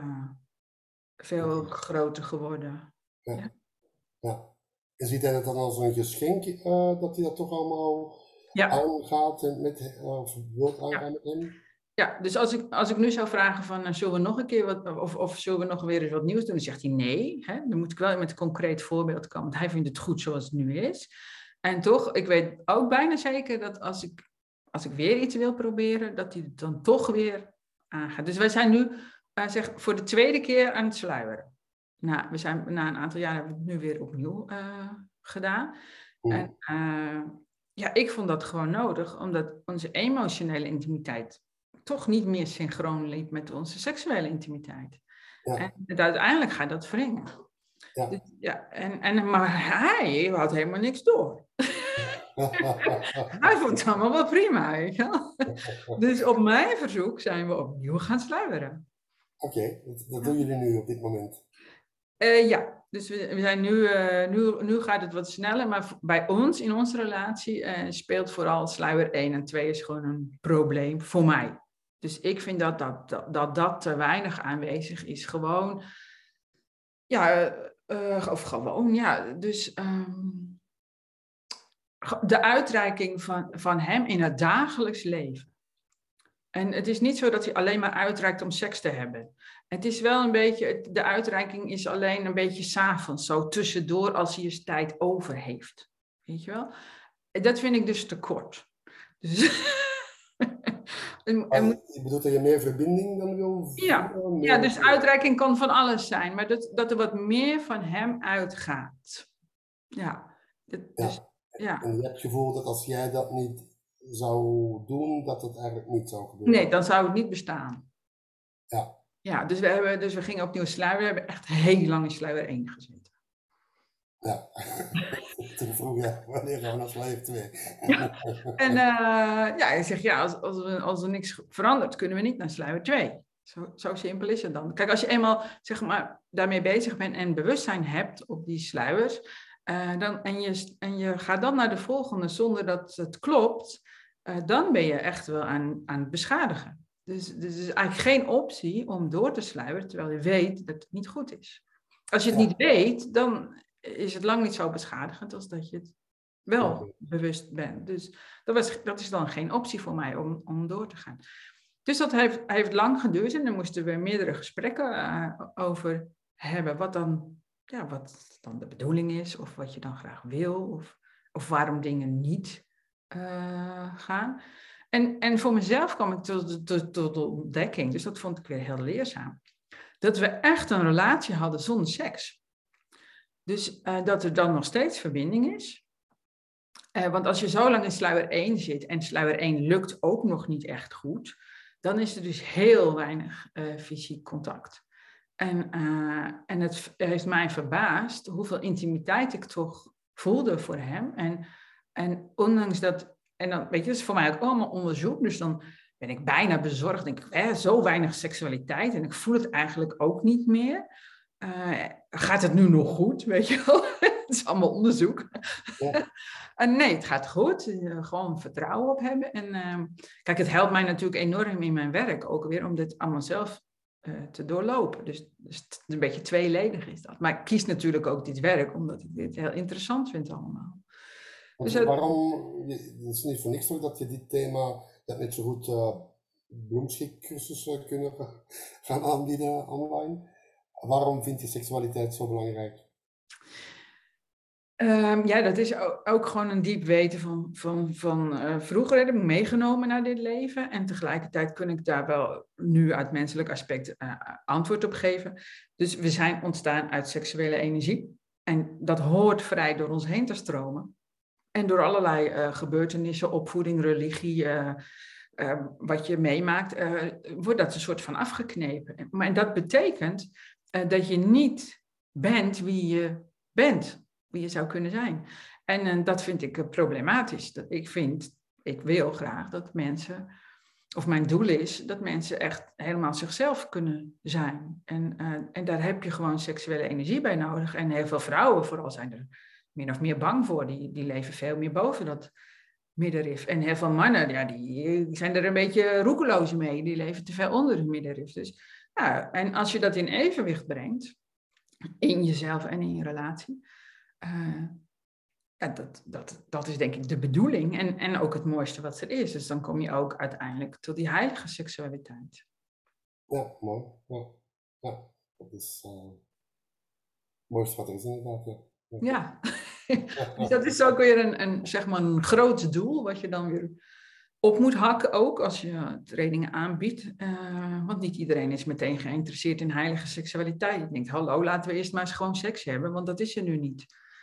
veel groter geworden. Ja. Ja. En ziet hij dat dan als een geschenk, dat hij dat toch allemaal aangaat en of wilt aangaan met hem? Ja, dus als ik nu zou vragen van, zullen we nog een keer wat, of zullen we nog weer eens wat nieuws doen? Dan zegt hij nee. Hè? Dan moet ik wel met een concreet voorbeeld komen, want hij vindt het goed zoals het nu is. En toch, ik weet ook bijna zeker dat als ik weer iets wil proberen, dat hij het dan toch weer aangaat. Dus wij zijn nu, voor de 2e keer aan het sluieren. Nou, we zijn na een aantal jaar hebben we het nu weer opnieuw gedaan. En ik vond dat gewoon nodig, omdat onze emotionele intimiteit toch niet meer synchroon liep met onze seksuele intimiteit. Ja. En uiteindelijk gaat dat wringen. Ja. Dus, maar hij had helemaal niks door. Hij vond het allemaal wel prima. Weet je wel? Dus op mijn verzoek zijn we opnieuw gaan sluieren. Oké, dat doen jullie nu op dit moment? Ja, dus we zijn nu gaat het wat sneller, maar bij ons, in onze relatie, speelt vooral sluier 1 en 2 is gewoon een probleem voor mij. Dus ik vind dat te weinig aanwezig is. Gewoon, dus de uitreiking van hem in het dagelijks leven. En het is niet zo dat hij alleen maar uitreikt om seks te hebben. Het is wel een beetje, de uitreiking is alleen een beetje 's avonds, zo tussendoor als hij eens tijd over heeft. Weet je wel? Dat vind ik dus te kort. Dus je bedoelt dat je meer verbinding dan wil? Ja, dus uitreiking kan van alles zijn, maar dat er wat meer van hem uitgaat. Ja. Dus, ja. En je hebt het gevoel dat als jij dat niet zou doen, dat het eigenlijk niet zou gebeuren? Nee, dan zou het niet bestaan. Ja. Ja, dus we gingen opnieuw sluieren. We hebben echt heel lang in sluier 1 gezeten. Ja, toen vroeg je, wanneer gaan we naar sluier 2? En hij zegt, als er niks verandert, kunnen we niet naar sluier 2. Zo simpel is het dan. Kijk, als je eenmaal, zeg maar, daarmee bezig bent en bewustzijn hebt op die sluiers, En je gaat dan naar de volgende zonder dat het klopt, dan ben je echt wel aan het beschadigen. Dus er is eigenlijk geen optie om door te sluieren, terwijl je weet dat het niet goed is. Als je het niet weet, dan is het lang niet zo beschadigend als dat je het wel bewust bent. Dus dat is dan geen optie voor mij om door te gaan. Dus dat heeft lang geduurd en daar moesten we meerdere gesprekken over hebben. Wat dan de bedoeling is, of wat je dan graag wil, of waarom dingen niet gaan. En voor mezelf kwam ik tot de ontdekking, dus dat vond ik weer heel leerzaam, dat we echt een relatie hadden zonder seks. Dus dat er dan nog steeds verbinding is. Want als je zo lang in sluier 1 zit en sluier 1 lukt ook nog niet echt goed, dan is er dus heel weinig fysiek contact. En het heeft mij verbaasd hoeveel intimiteit ik toch voelde voor hem. En ondanks dat, en dan weet je, dat is voor mij ook allemaal onderzoek, dus dan ben ik bijna bezorgd, denk ik, zo weinig seksualiteit en ik voel het eigenlijk ook niet meer. Gaat het nu nog goed, weet je wel? Het is allemaal onderzoek. Ja. Nee, het gaat goed. Gewoon vertrouwen op hebben. En kijk, het helpt mij natuurlijk enorm in mijn werk ook weer om dit allemaal zelf te doorlopen. Dus een beetje tweeledig is dat. Maar ik kies natuurlijk ook dit werk omdat ik dit heel interessant vind allemaal. Dus waarom, het is niet voor niks toch dat je dit thema, dat net zo goed bloemschikcursussen kunnen gaan aanbieden online. Waarom vind je seksualiteit zo belangrijk? Dat is ook gewoon een diep weten van vroeger. Dat heb ik meegenomen naar dit leven. En tegelijkertijd kun ik daar wel nu uit menselijk aspect antwoord op geven. Dus we zijn ontstaan uit seksuele energie. En dat hoort vrij door ons heen te stromen. En door allerlei gebeurtenissen, opvoeding, religie, wat je meemaakt, wordt dat een soort van afgeknepen. En dat betekent dat je niet bent wie je bent. Wie je zou kunnen zijn. En dat vind ik problematisch. Ik wil graag dat mensen, of mijn doel is, dat mensen echt helemaal zichzelf kunnen zijn. En daar heb je gewoon seksuele energie bij nodig. En heel veel vrouwen vooral zijn er min of meer bang voor. Die leven veel meer boven dat middenrif. En heel veel mannen, die zijn er een beetje roekeloos mee. Die leven te veel onder het middenrif. Dus, en als je dat in evenwicht brengt, in jezelf en in je relatie, dat is denk ik de bedoeling en ook het mooiste wat er is. Dus dan kom je ook uiteindelijk tot die heilige seksualiteit. Ja, mooi. Ja. Dat is het mooiste wat er is inderdaad. Ja. Dus dat is ook weer een groot doel wat je dan weer op moet hakken ook als je trainingen aanbiedt. Want niet iedereen is meteen geïnteresseerd in heilige seksualiteit. Je denkt, hallo, laten we eerst maar eens gewoon seks hebben, want dat is er nu niet.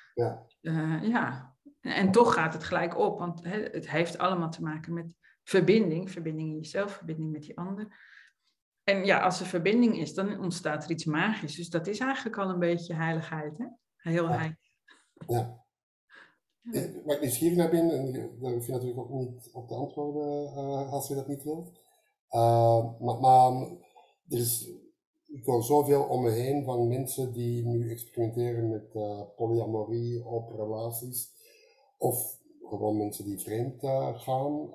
Ja. En toch gaat het gelijk op, want het heeft allemaal te maken met verbinding in jezelf, verbinding met die ander. En ja, als er verbinding is, dan ontstaat er iets magisch. Dus dat is eigenlijk al een beetje heiligheid, hè? Heelheid. Ja. Waar ik nieuwsgierig naar ben, en daar hoef je natuurlijk ook niet op te antwoorden als je dat niet wilt. Maar ik hoor zoveel om me heen van mensen die nu experimenteren met polyamorie, open relaties. Of gewoon mensen die vreemd gaan.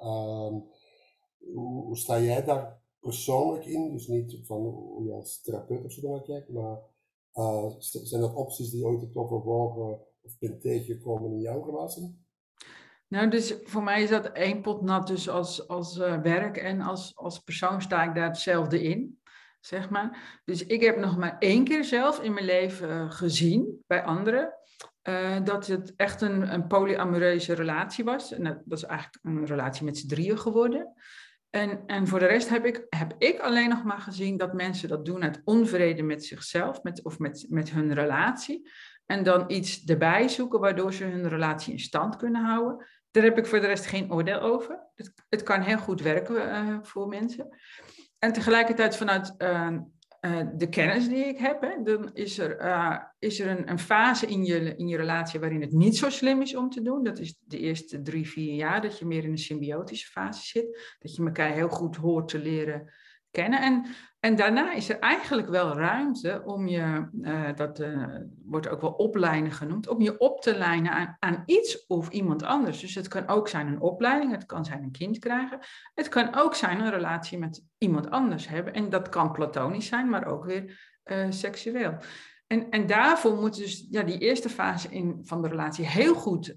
Hoe sta jij daar persoonlijk in? Dus niet van hoe je als therapeut of zo naar kijkt, maar zijn dat opties die je ooit hebt overwogen of bent tegengekomen in jouw relatie? Nou, dus voor mij is dat één pot nat, dus als werk en als persoon sta ik daar hetzelfde in, zeg maar. Dus ik heb nog maar 1 keer zelf in mijn leven gezien bij anderen dat het echt een polyamoreuze relatie was. En dat is eigenlijk een relatie met z'n drieën geworden. En voor de rest heb ik alleen nog maar gezien dat mensen dat doen uit onvrede met zichzelf met hun relatie. En dan iets erbij zoeken waardoor ze hun relatie in stand kunnen houden. Daar heb ik voor de rest geen oordeel over. Het kan heel goed werken voor mensen. En tegelijkertijd vanuit de kennis die ik heb, dan is er een fase in je relatie waarin het niet zo slim is om te doen. Dat is de eerste 3-4 jaar dat je meer in een symbiotische fase zit. Dat je elkaar heel goed hoort te leren kennen. En daarna is er eigenlijk wel ruimte om je, dat wordt ook wel opleiden genoemd, om je op te lijnen aan iets of iemand anders. Dus het kan ook zijn een opleiding, het kan zijn een kind krijgen. Het kan ook zijn een relatie met iemand anders hebben. En dat kan platonisch zijn, maar ook weer seksueel. En daarvoor moet dus die eerste fase van de relatie heel goed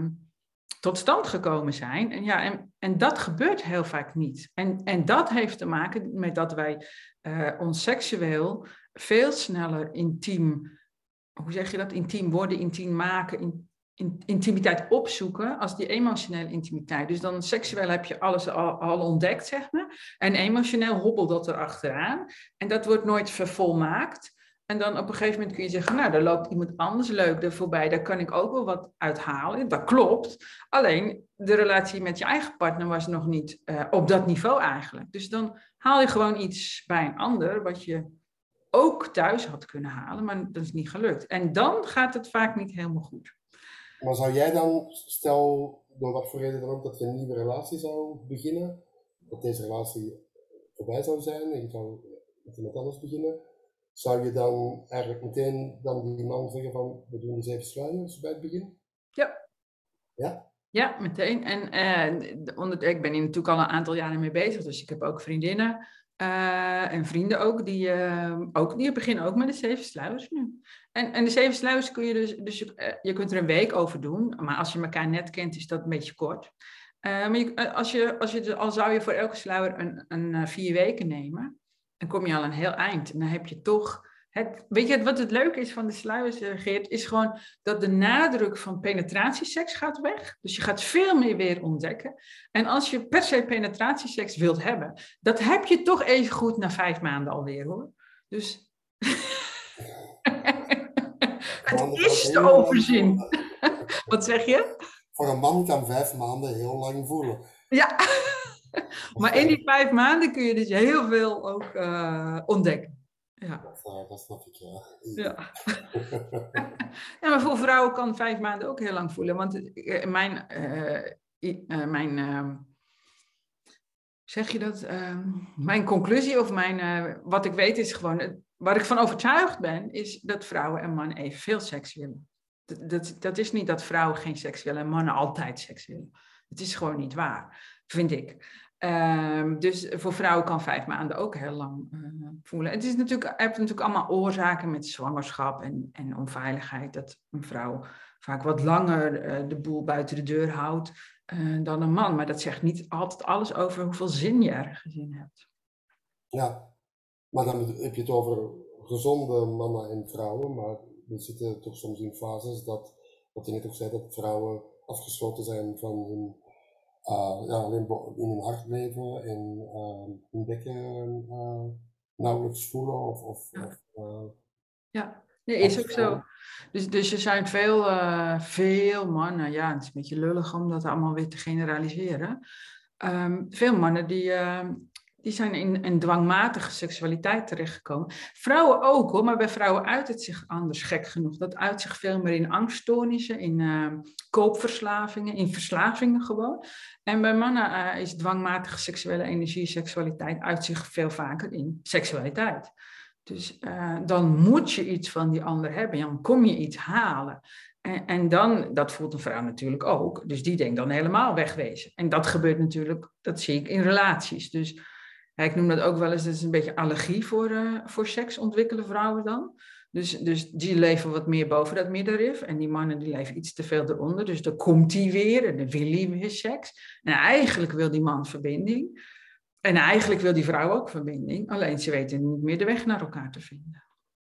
tot stand gekomen zijn. En dat gebeurt heel vaak niet. En dat heeft te maken met dat wij ons seksueel veel sneller intiem, hoe zeg je dat, intiem worden, intiem maken, intimiteit opzoeken als die emotionele intimiteit. Dus dan seksueel heb je alles al ontdekt, zeg maar. En emotioneel hobbelt dat erachteraan. En dat wordt nooit vervolmaakt. En dan op een gegeven moment kun je zeggen, nou, daar loopt iemand anders leuk er voorbij, daar kan ik ook wel wat uithalen. Dat klopt. Alleen, de relatie met je eigen partner was nog niet op dat niveau eigenlijk. Dus dan haal je gewoon iets bij een ander, wat je ook thuis had kunnen halen, maar dat is niet gelukt. En dan gaat het vaak niet helemaal goed. Maar zou jij dan, stel door wat voor reden dan ook, dat je een nieuwe relatie zou beginnen, dat deze relatie voorbij zou zijn en je zou met iemand anders beginnen, zou je dan eigenlijk meteen dan die man zeggen van, we doen de 7 sluiers bij het begin? Ja. Ja? Ja, meteen. En ik ben hier natuurlijk al een aantal jaren mee bezig, dus ik heb ook vriendinnen en vrienden ook, die beginnen ook met de 7 sluiers nu. En de 7 sluiers kun je dus je kunt er een week over doen, maar als je elkaar net kent is dat een beetje kort. Maar al zou je voor elke sluier een 4 weken nemen, dan kom je al een heel eind. En dan heb je toch... Weet je wat het leuke is van de sluiers, Geert, is gewoon dat de nadruk van penetratieseks gaat weg. Dus je gaat veel meer weer ontdekken. En als je per se penetratieseks wilt hebben, dat heb je toch even goed na 5 maanden alweer, hoor. Dus het is te overzien. Wat zeg je? Voor een man kan 5 maanden heel lang voelen. Ja, maar in die 5 maanden kun je dus heel veel ook ontdekken. Ja. Dat snap ik, ja. Ja. Ja, maar voor vrouwen kan 5 maanden ook heel lang voelen. Want zeg je dat? Mijn conclusie of wat ik weet is gewoon, waar ik van overtuigd ben, is dat vrouwen en mannen evenveel seks willen. Dat is niet dat vrouwen geen seks willen en mannen altijd seks willen. Het is gewoon niet waar, vind ik. Dus voor vrouwen kan 5 maanden ook heel lang voelen. Het heeft natuurlijk allemaal oorzaken met zwangerschap en onveiligheid. Dat een vrouw vaak wat langer de boel buiten de deur houdt dan een man. Maar dat zegt niet altijd alles over hoeveel zin je ergens in hebt. Ja, maar dan heb je het over gezonde mannen en vrouwen. Maar we zitten toch soms in fases dat, wat je net ook zei, dat vrouwen afgesloten zijn van hun... alleen in hun hart leven en hun bekken nauwelijks voelen Ja, nee, is ook zo. Dus er zijn veel mannen, ja, het is een beetje lullig om dat allemaal weer te generaliseren. Veel mannen die zijn in een dwangmatige seksualiteit terechtgekomen. Vrouwen ook hoor, maar bij vrouwen uit het zich anders, gek genoeg. Dat uit zich veel meer in angststoornissen, in koopverslavingen, in verslavingen gewoon. En bij mannen is dwangmatige seksuele energie, seksualiteit uit zich veel vaker in seksualiteit. Dus dan moet je iets van die ander hebben, dan kom je iets halen. En dan, dat voelt een vrouw natuurlijk ook, dus die denkt dan helemaal wegwezen. En dat gebeurt natuurlijk, dat zie ik in relaties. Dus ik noem dat ook wel eens, dat is een beetje allergie voor seks ontwikkelen vrouwen dan. Dus die leven wat meer boven dat middenrif en die mannen die leven iets te veel eronder. Dus dan komt die weer en dan wil hij weer seks. En eigenlijk wil die man verbinding. En eigenlijk wil die vrouw ook verbinding, alleen ze weten niet meer de weg naar elkaar te vinden.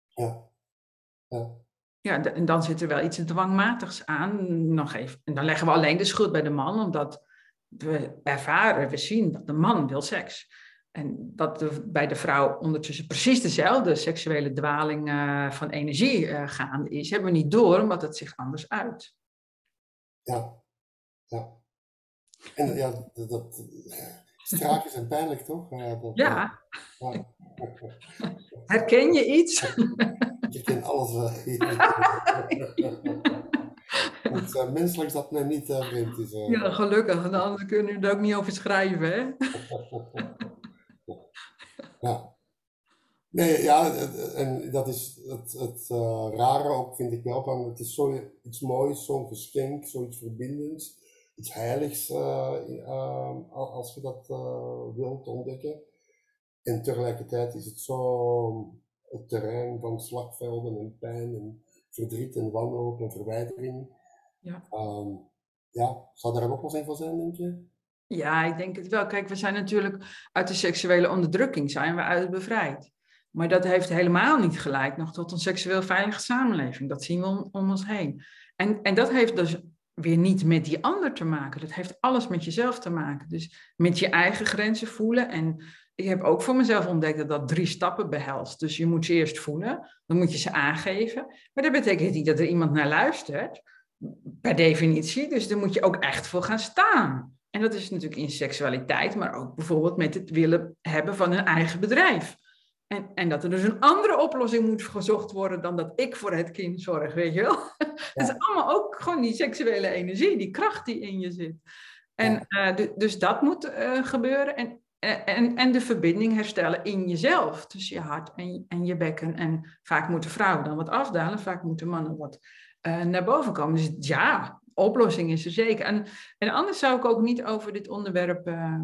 Ja, en dan zit er wel iets dwangmatigs aan. Nog even. En dan leggen we alleen de schuld bij de man, omdat we zien dat de man wil seks. En dat bij de vrouw ondertussen precies dezelfde seksuele dwaling van energie gaande is, hebben we niet door, omdat het zich anders uit. Ja. En ja, straakjes en pijnlijk toch? Ja. Herken je iets? Ik herken alles wel. Het menselijk dat mij niet vreemd is. Ja, gelukkig. Anders kunnen we er ook niet over schrijven, hè? Ja. Nee, ja, en dat is het rare ook, vind ik wel, van het is zoiets moois, zo'n geschenk, zoiets verbindends, iets heiligs, als je dat wilt ontdekken. En tegelijkertijd is het zo het terrein van slagvelden en pijn en verdriet en wanhoop en verwijdering. Ja. Ehm, ja, zou daar een oplossing voor zijn, denk je? Ja, ik denk het wel. Kijk, we zijn natuurlijk uit de seksuele onderdrukking zijn we uit bevrijd. Maar dat heeft helemaal niet geleid nog tot een seksueel veilige samenleving. Dat zien we om ons heen. En dat heeft dus weer niet met die ander te maken. Dat heeft alles met jezelf te maken. Dus met je eigen grenzen voelen. En ik heb ook voor mezelf ontdekt dat dat 3 stappen behelst. Dus je moet ze eerst voelen, dan moet je ze aangeven. Maar dat betekent niet dat er iemand naar luistert, per definitie. Dus daar moet je ook echt voor gaan staan. En dat is natuurlijk in seksualiteit, maar ook bijvoorbeeld met het willen hebben van een eigen bedrijf. En dat er dus een andere oplossing moet gezocht worden dan dat ik voor het kind zorg, weet je wel. Het is Ja, allemaal ook gewoon die seksuele energie, die kracht die in je zit. En ja, dus dat moet gebeuren. En de verbinding herstellen in jezelf, tussen je hart en je bekken. En vaak moeten vrouwen dan wat afdalen, vaak moeten mannen wat naar boven komen. Dus ja, oplossing is er zeker. En anders zou ik ook niet over dit onderwerp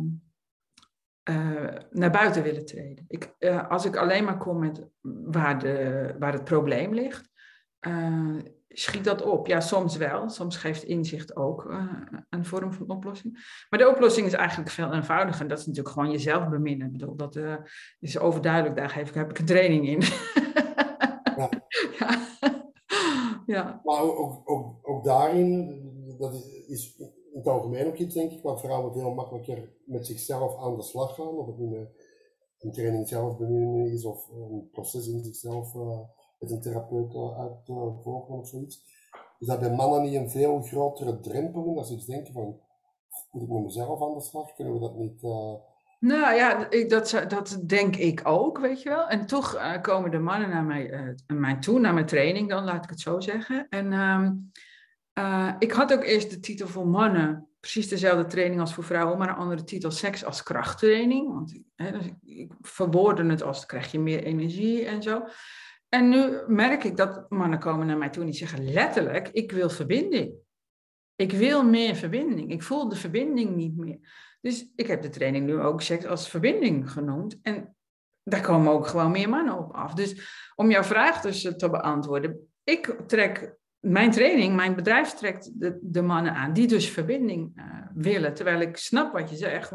naar buiten willen treden. Als ik alleen maar kom met waar het probleem ligt, schiet dat op. Ja, soms wel. Soms geeft inzicht ook een vorm van oplossing. Maar de oplossing is eigenlijk veel eenvoudiger. En dat is natuurlijk gewoon jezelf beminnen. Ik bedoel, dat is overduidelijk. Daar heb ik een training in. ja. Ja. Ja. Maar ook daarin, dat is in het algemeen ook iets, denk ik, waar vrouwen veel makkelijker met zichzelf aan de slag gaan. Of het nu een training zelfbemiddeling is of een proces in zichzelf met een therapeut uitvoeren of zoiets. Is dat bij mannen niet een veel grotere drempel in, dat ze iets denken van, moet ik met mezelf aan de slag? Kunnen we dat niet... Nou ja, dat denk ik ook, weet je wel. En toch komen de mannen naar mij toe, naar mijn training dan, laat ik het zo zeggen. En ik had ook eerst de titel voor mannen, precies dezelfde training als voor vrouwen, maar een andere titel, seks als krachttraining. Want dus ik verwoordde het als, krijg je meer energie en zo. En nu merk ik dat mannen komen naar mij toe en die zeggen letterlijk, ik wil verbinding. Ik wil meer verbinding. Ik voel de verbinding niet meer. Dus ik heb de training nu ook seks als verbinding genoemd. En daar komen ook gewoon meer mannen op af. Dus om jouw vraag dus te beantwoorden. Mijn training, mijn bedrijf trekt de mannen aan die dus verbinding willen. Terwijl ik snap wat je zegt.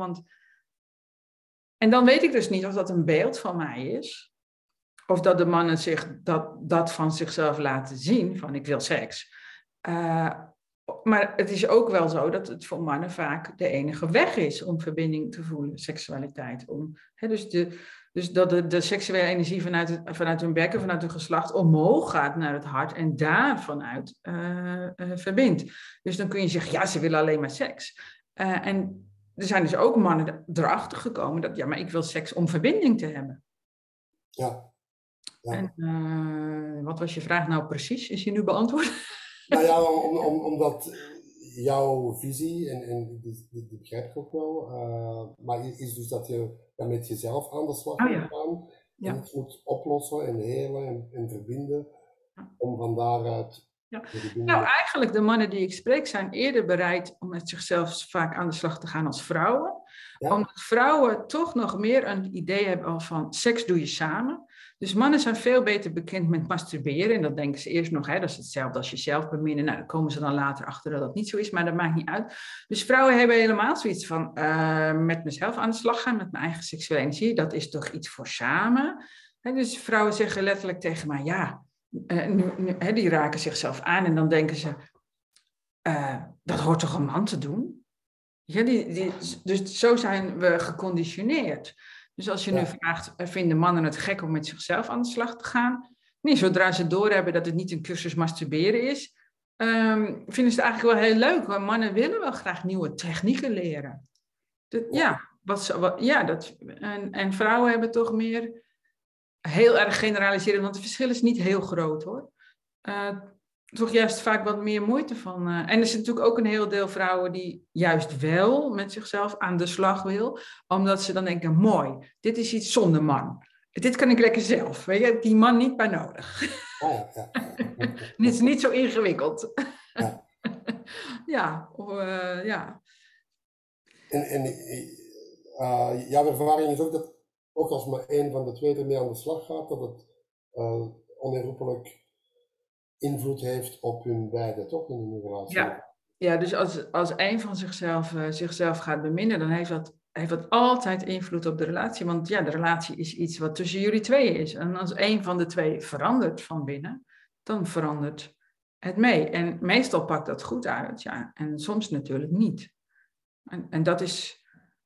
En dan weet ik dus niet of dat een beeld van mij is. Of dat de mannen zich dat van zichzelf laten zien. Van ik wil seks. Maar het is ook wel zo dat het voor mannen vaak de enige weg is om verbinding te voelen, seksualiteit. Dus dat de seksuele energie vanuit hun bekken, vanuit hun geslacht, omhoog gaat naar het hart en daar vanuit verbindt. Dus dan kun je zeggen, ja, ze willen alleen maar seks. En er zijn dus ook mannen erachter gekomen dat, ja, maar ik wil seks om verbinding te hebben. Ja, ja. En wat was je vraag nou precies? Is die nu beantwoord? Nou ja, omdat jouw visie, die begrijp ik ook wel, maar is dus dat je dan met jezelf aan de slag Oh moet ja, gaan en ja. iets moet oplossen en helen en verbinden om van daaruit Ja. de Nou, verbinding... eigenlijk de mannen die ik spreek zijn eerder bereid om met zichzelf vaak aan de slag te gaan als vrouwen. Ja, Omdat vrouwen toch nog meer een idee hebben al van seks doe je samen. Dus mannen zijn veel beter bekend met masturberen. En dat denken ze eerst nog, hè, dat is hetzelfde als jezelf beminnen. Nou, dan komen ze dan later achter dat dat niet zo is, maar dat maakt niet uit. Dus vrouwen hebben helemaal zoiets van met mezelf aan de slag gaan, met mijn eigen seksuele energie. Dat is toch iets voor samen. En dus vrouwen zeggen letterlijk tegen mij, ja... die raken zichzelf aan en dan denken ze, dat hoort toch een man te doen? Ja, dus zo zijn we geconditioneerd. Dus als je nu ja, vraagt, vinden mannen het gek om met zichzelf aan de slag te gaan? Nee, zodra ze doorhebben dat het niet een cursus masturberen is, vinden ze het eigenlijk wel heel leuk. Want mannen willen wel graag nieuwe technieken leren. ja, En vrouwen hebben toch meer heel erg generaliseren, want het verschil is niet heel groot hoor. toch juist vaak wat meer moeite van. En er is natuurlijk ook een heel deel vrouwen die juist wel met zichzelf aan de slag wil. Omdat ze dan denken, mooi, dit is iets zonder man. Dit kan ik lekker zelf. Weet je, heb die man niet bij nodig. Ah ja, ja. Dit is niet zo ingewikkeld. Ja. Ja, ja. En jouw ervaring is ook dat, ook als maar één van de twee ermee aan de slag gaat, dat het onherroepelijk invloed heeft op hun beiden, toch, in hun relatie? Ja, dus als een van zichzelf gaat beminnen, dan heeft dat altijd invloed op de relatie. Want ja, de relatie is iets wat tussen jullie tweeën is. En als een van de twee verandert van binnen, dan verandert het mee. En meestal pakt dat goed uit, ja. En soms natuurlijk niet. En dat is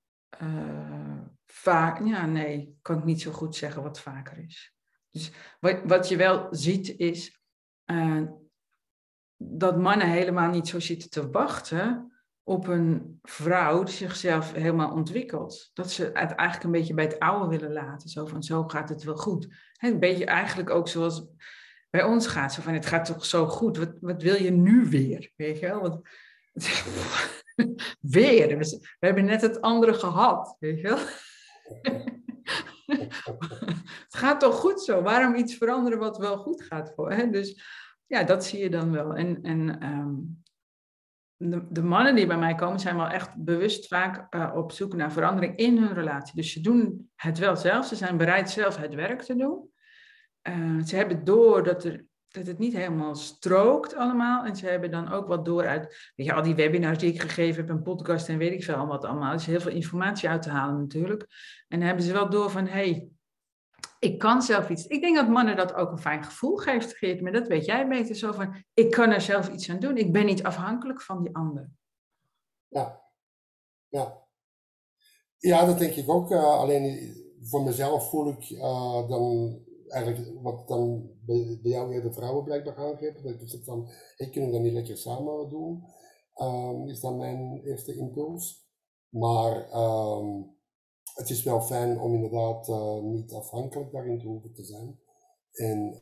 vaak, ja, nee, kan ik niet zo goed zeggen wat vaker is. Dus wat je wel ziet is dat mannen helemaal niet zo zitten te wachten op een vrouw die zichzelf helemaal ontwikkelt. Dat ze het eigenlijk een beetje bij het oude willen laten. Zo van, zo gaat het wel goed. Een beetje eigenlijk ook zoals bij ons gaat. Zo van, het gaat toch zo goed. Wat wil je nu weer? Weet je wel? Weer. We hebben net het andere gehad. Weet je wel? Het gaat toch goed zo? Waarom iets veranderen wat wel goed gaat voor? Hè? Dus ja, dat zie je dan wel. En de mannen die bij mij komen zijn wel echt bewust vaak op zoek naar verandering in hun relatie. Dus ze doen het wel zelf. Ze zijn bereid zelf het werk te doen. Ze hebben door dat het niet helemaal strookt allemaal. En ze hebben dan ook wat door uit, weet je, al die webinars die ik gegeven heb, een podcast en weet ik veel wat allemaal. Er is heel veel informatie uit te halen natuurlijk. En dan hebben ze wel door van, hey, ik kan zelf iets. Ik denk dat mannen dat ook een fijn gevoel geeft, Geert, maar dat weet jij beter. Zo van, ik kan er zelf iets aan doen. Ik ben niet afhankelijk van die ander. Ja, ja. Ja, dat denk ik ook. Alleen voor mezelf voel ik dan eigenlijk wat dan bij jou eerder vrouwen blijkbaar aangeven. Dat ik zeg van, hey, kunnen we dat niet lekker samen doen? Is dan mijn eerste impuls. Maar het is wel fijn om inderdaad niet afhankelijk daarin te hoeven te zijn. En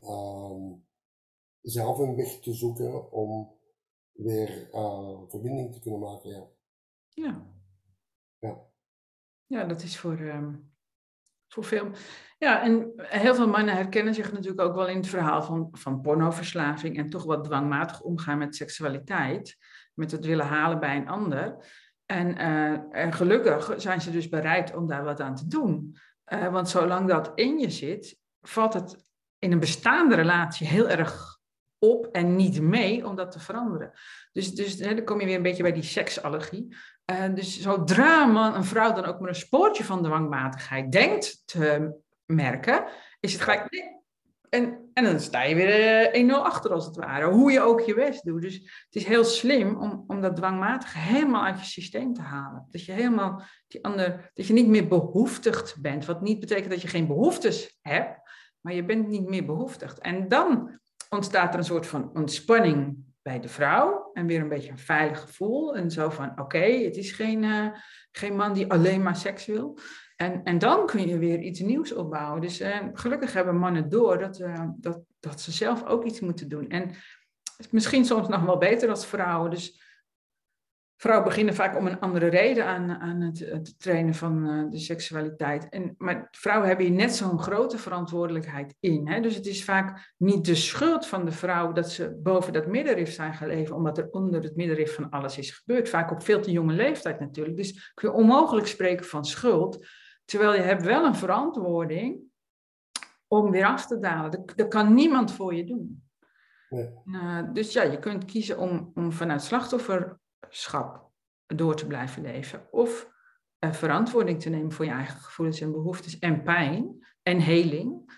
zelf een weg te zoeken om weer verbinding te kunnen maken. Ja. Ja. Ja. Ja, dat is voor veel. Ja, en heel veel mannen herkennen zich natuurlijk ook wel in het verhaal van pornoverslaving en toch wat dwangmatig omgaan met seksualiteit, met het willen halen bij een ander. En gelukkig zijn ze dus bereid om daar wat aan te doen. Want zolang dat in je zit, valt het in een bestaande relatie heel erg op en niet mee om dat te veranderen. Dus dan kom je weer een beetje bij die seksallergie. Dus zodra een vrouw dan ook maar een spoortje van dwangmatigheid denkt te merken, is het gelijk. Nee. En dan sta je weer 1-0 achter als het ware, hoe je ook je best doet. Dus het is heel slim om dat dwangmatige helemaal uit je systeem te halen. Dat je helemaal dat je niet meer behoeftigd bent. Wat niet betekent dat je geen behoeftes hebt, maar je bent niet meer behoeftigd. En dan ontstaat er een soort van ontspanning bij de vrouw en weer een beetje een veilig gevoel. En zo van, oké, het is geen man die alleen maar seks wil. En dan kun je weer iets nieuws opbouwen. Dus gelukkig hebben mannen door dat ze zelf ook iets moeten doen. En misschien soms nog wel beter als vrouwen. Dus vrouwen beginnen vaak om een andere reden aan het trainen van de seksualiteit. Maar vrouwen hebben hier net zo'n grote verantwoordelijkheid in. Hè? Dus het is vaak niet de schuld van de vrouw dat ze boven dat middenrif zijn geleven, omdat er onder het middenrif van alles is gebeurd. Vaak op veel te jonge leeftijd natuurlijk. Dus kun je onmogelijk spreken van schuld. Terwijl je hebt wel een verantwoording om weer af te dalen. Dat kan niemand voor je doen. Dus ja, je kunt kiezen om vanuit slachtofferschap door te blijven leven. Of verantwoording te nemen voor je eigen gevoelens en behoeftes en pijn en heling.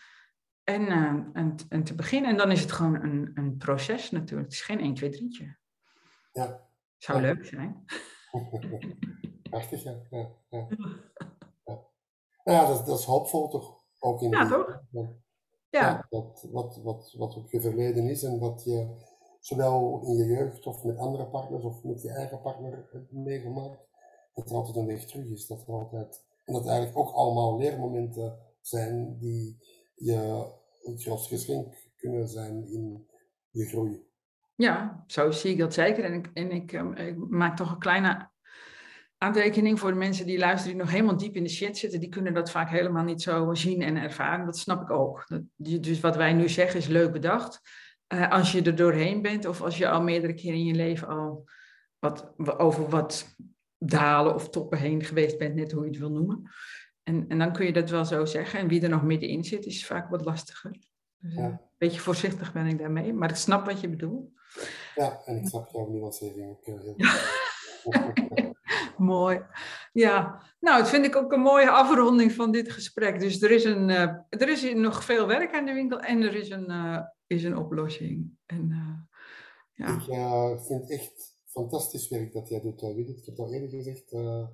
En te beginnen. En dan is het gewoon een proces natuurlijk. Het is geen 1, 2, 3'tje. Ja. Zou leuk zijn. Prachtig, ja. Ja, ja. Ja. Ja, dat is hoopvol toch? Ook in Ja, die, toch? ja, wat ook je verleden is en wat je zowel in je jeugd of met andere partners of met je eigen partner hebt meegemaakt, dat er altijd een weg terug is. En dat eigenlijk ook allemaal leermomenten zijn die je het grootste geschenk kunnen zijn in je groei. Ja, zo zie ik dat zeker. Ik maak toch een kleine aantekening voor de mensen die luisteren, die nog helemaal diep in de shit zitten. Die kunnen dat vaak helemaal niet zo zien en ervaren. Dat snap ik ook. Dus wat wij nu zeggen is leuk bedacht. Als je er doorheen bent of als je al meerdere keren in je leven al over wat dalen of toppen heen geweest bent, net hoe je het wil noemen. En dan kun je dat wel zo zeggen. En wie er nog middenin zit, is vaak wat lastiger. Dus, Ja. een beetje voorzichtig ben ik daarmee. Maar ik snap wat je bedoelt. Ja, en ik snap jouw nuancering ook heel goed. Mooi. Ja, nou, dat vind ik ook een mooie afronding van dit gesprek. Dus er is nog veel werk aan de winkel en er is een oplossing. En, ja. Ik vind echt fantastisch werk dat jij doet, Judith. Ik heb al eerder gezegd,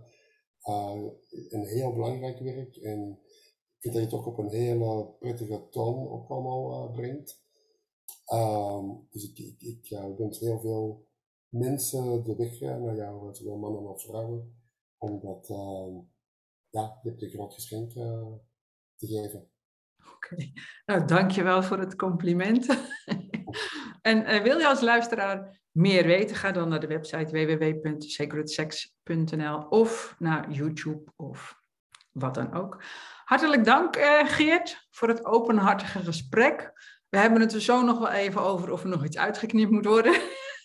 een heel belangrijk werk. En ik vind dat je het ook op een hele prettige toon ook allemaal brengt. Dus ik wens heel veel mensen de weg naar jou, zowel mannen als vrouwen, omdat ja, je hebt een groot geschenk te geven. Oké. Nou, dankjewel voor het compliment. En wil je als luisteraar meer weten, ga dan naar de website www.sacredsex.nl of naar YouTube of wat dan ook. Hartelijk dank, Geert, voor het openhartige gesprek. We hebben het er zo nog wel even over of er nog iets uitgeknipt moet worden.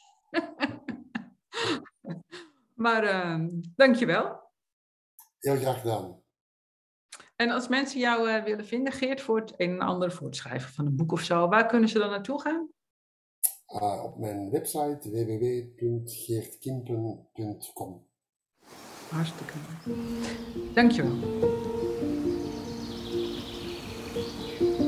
Maar dankjewel. Heel graag gedaan. En als mensen jou willen vinden, Geert, voor het een en ander, voor het schrijven van een boek of zo, waar kunnen ze dan naartoe gaan? Op mijn website www.geertkimpen.com. Hartstikke mooi. Dankjewel.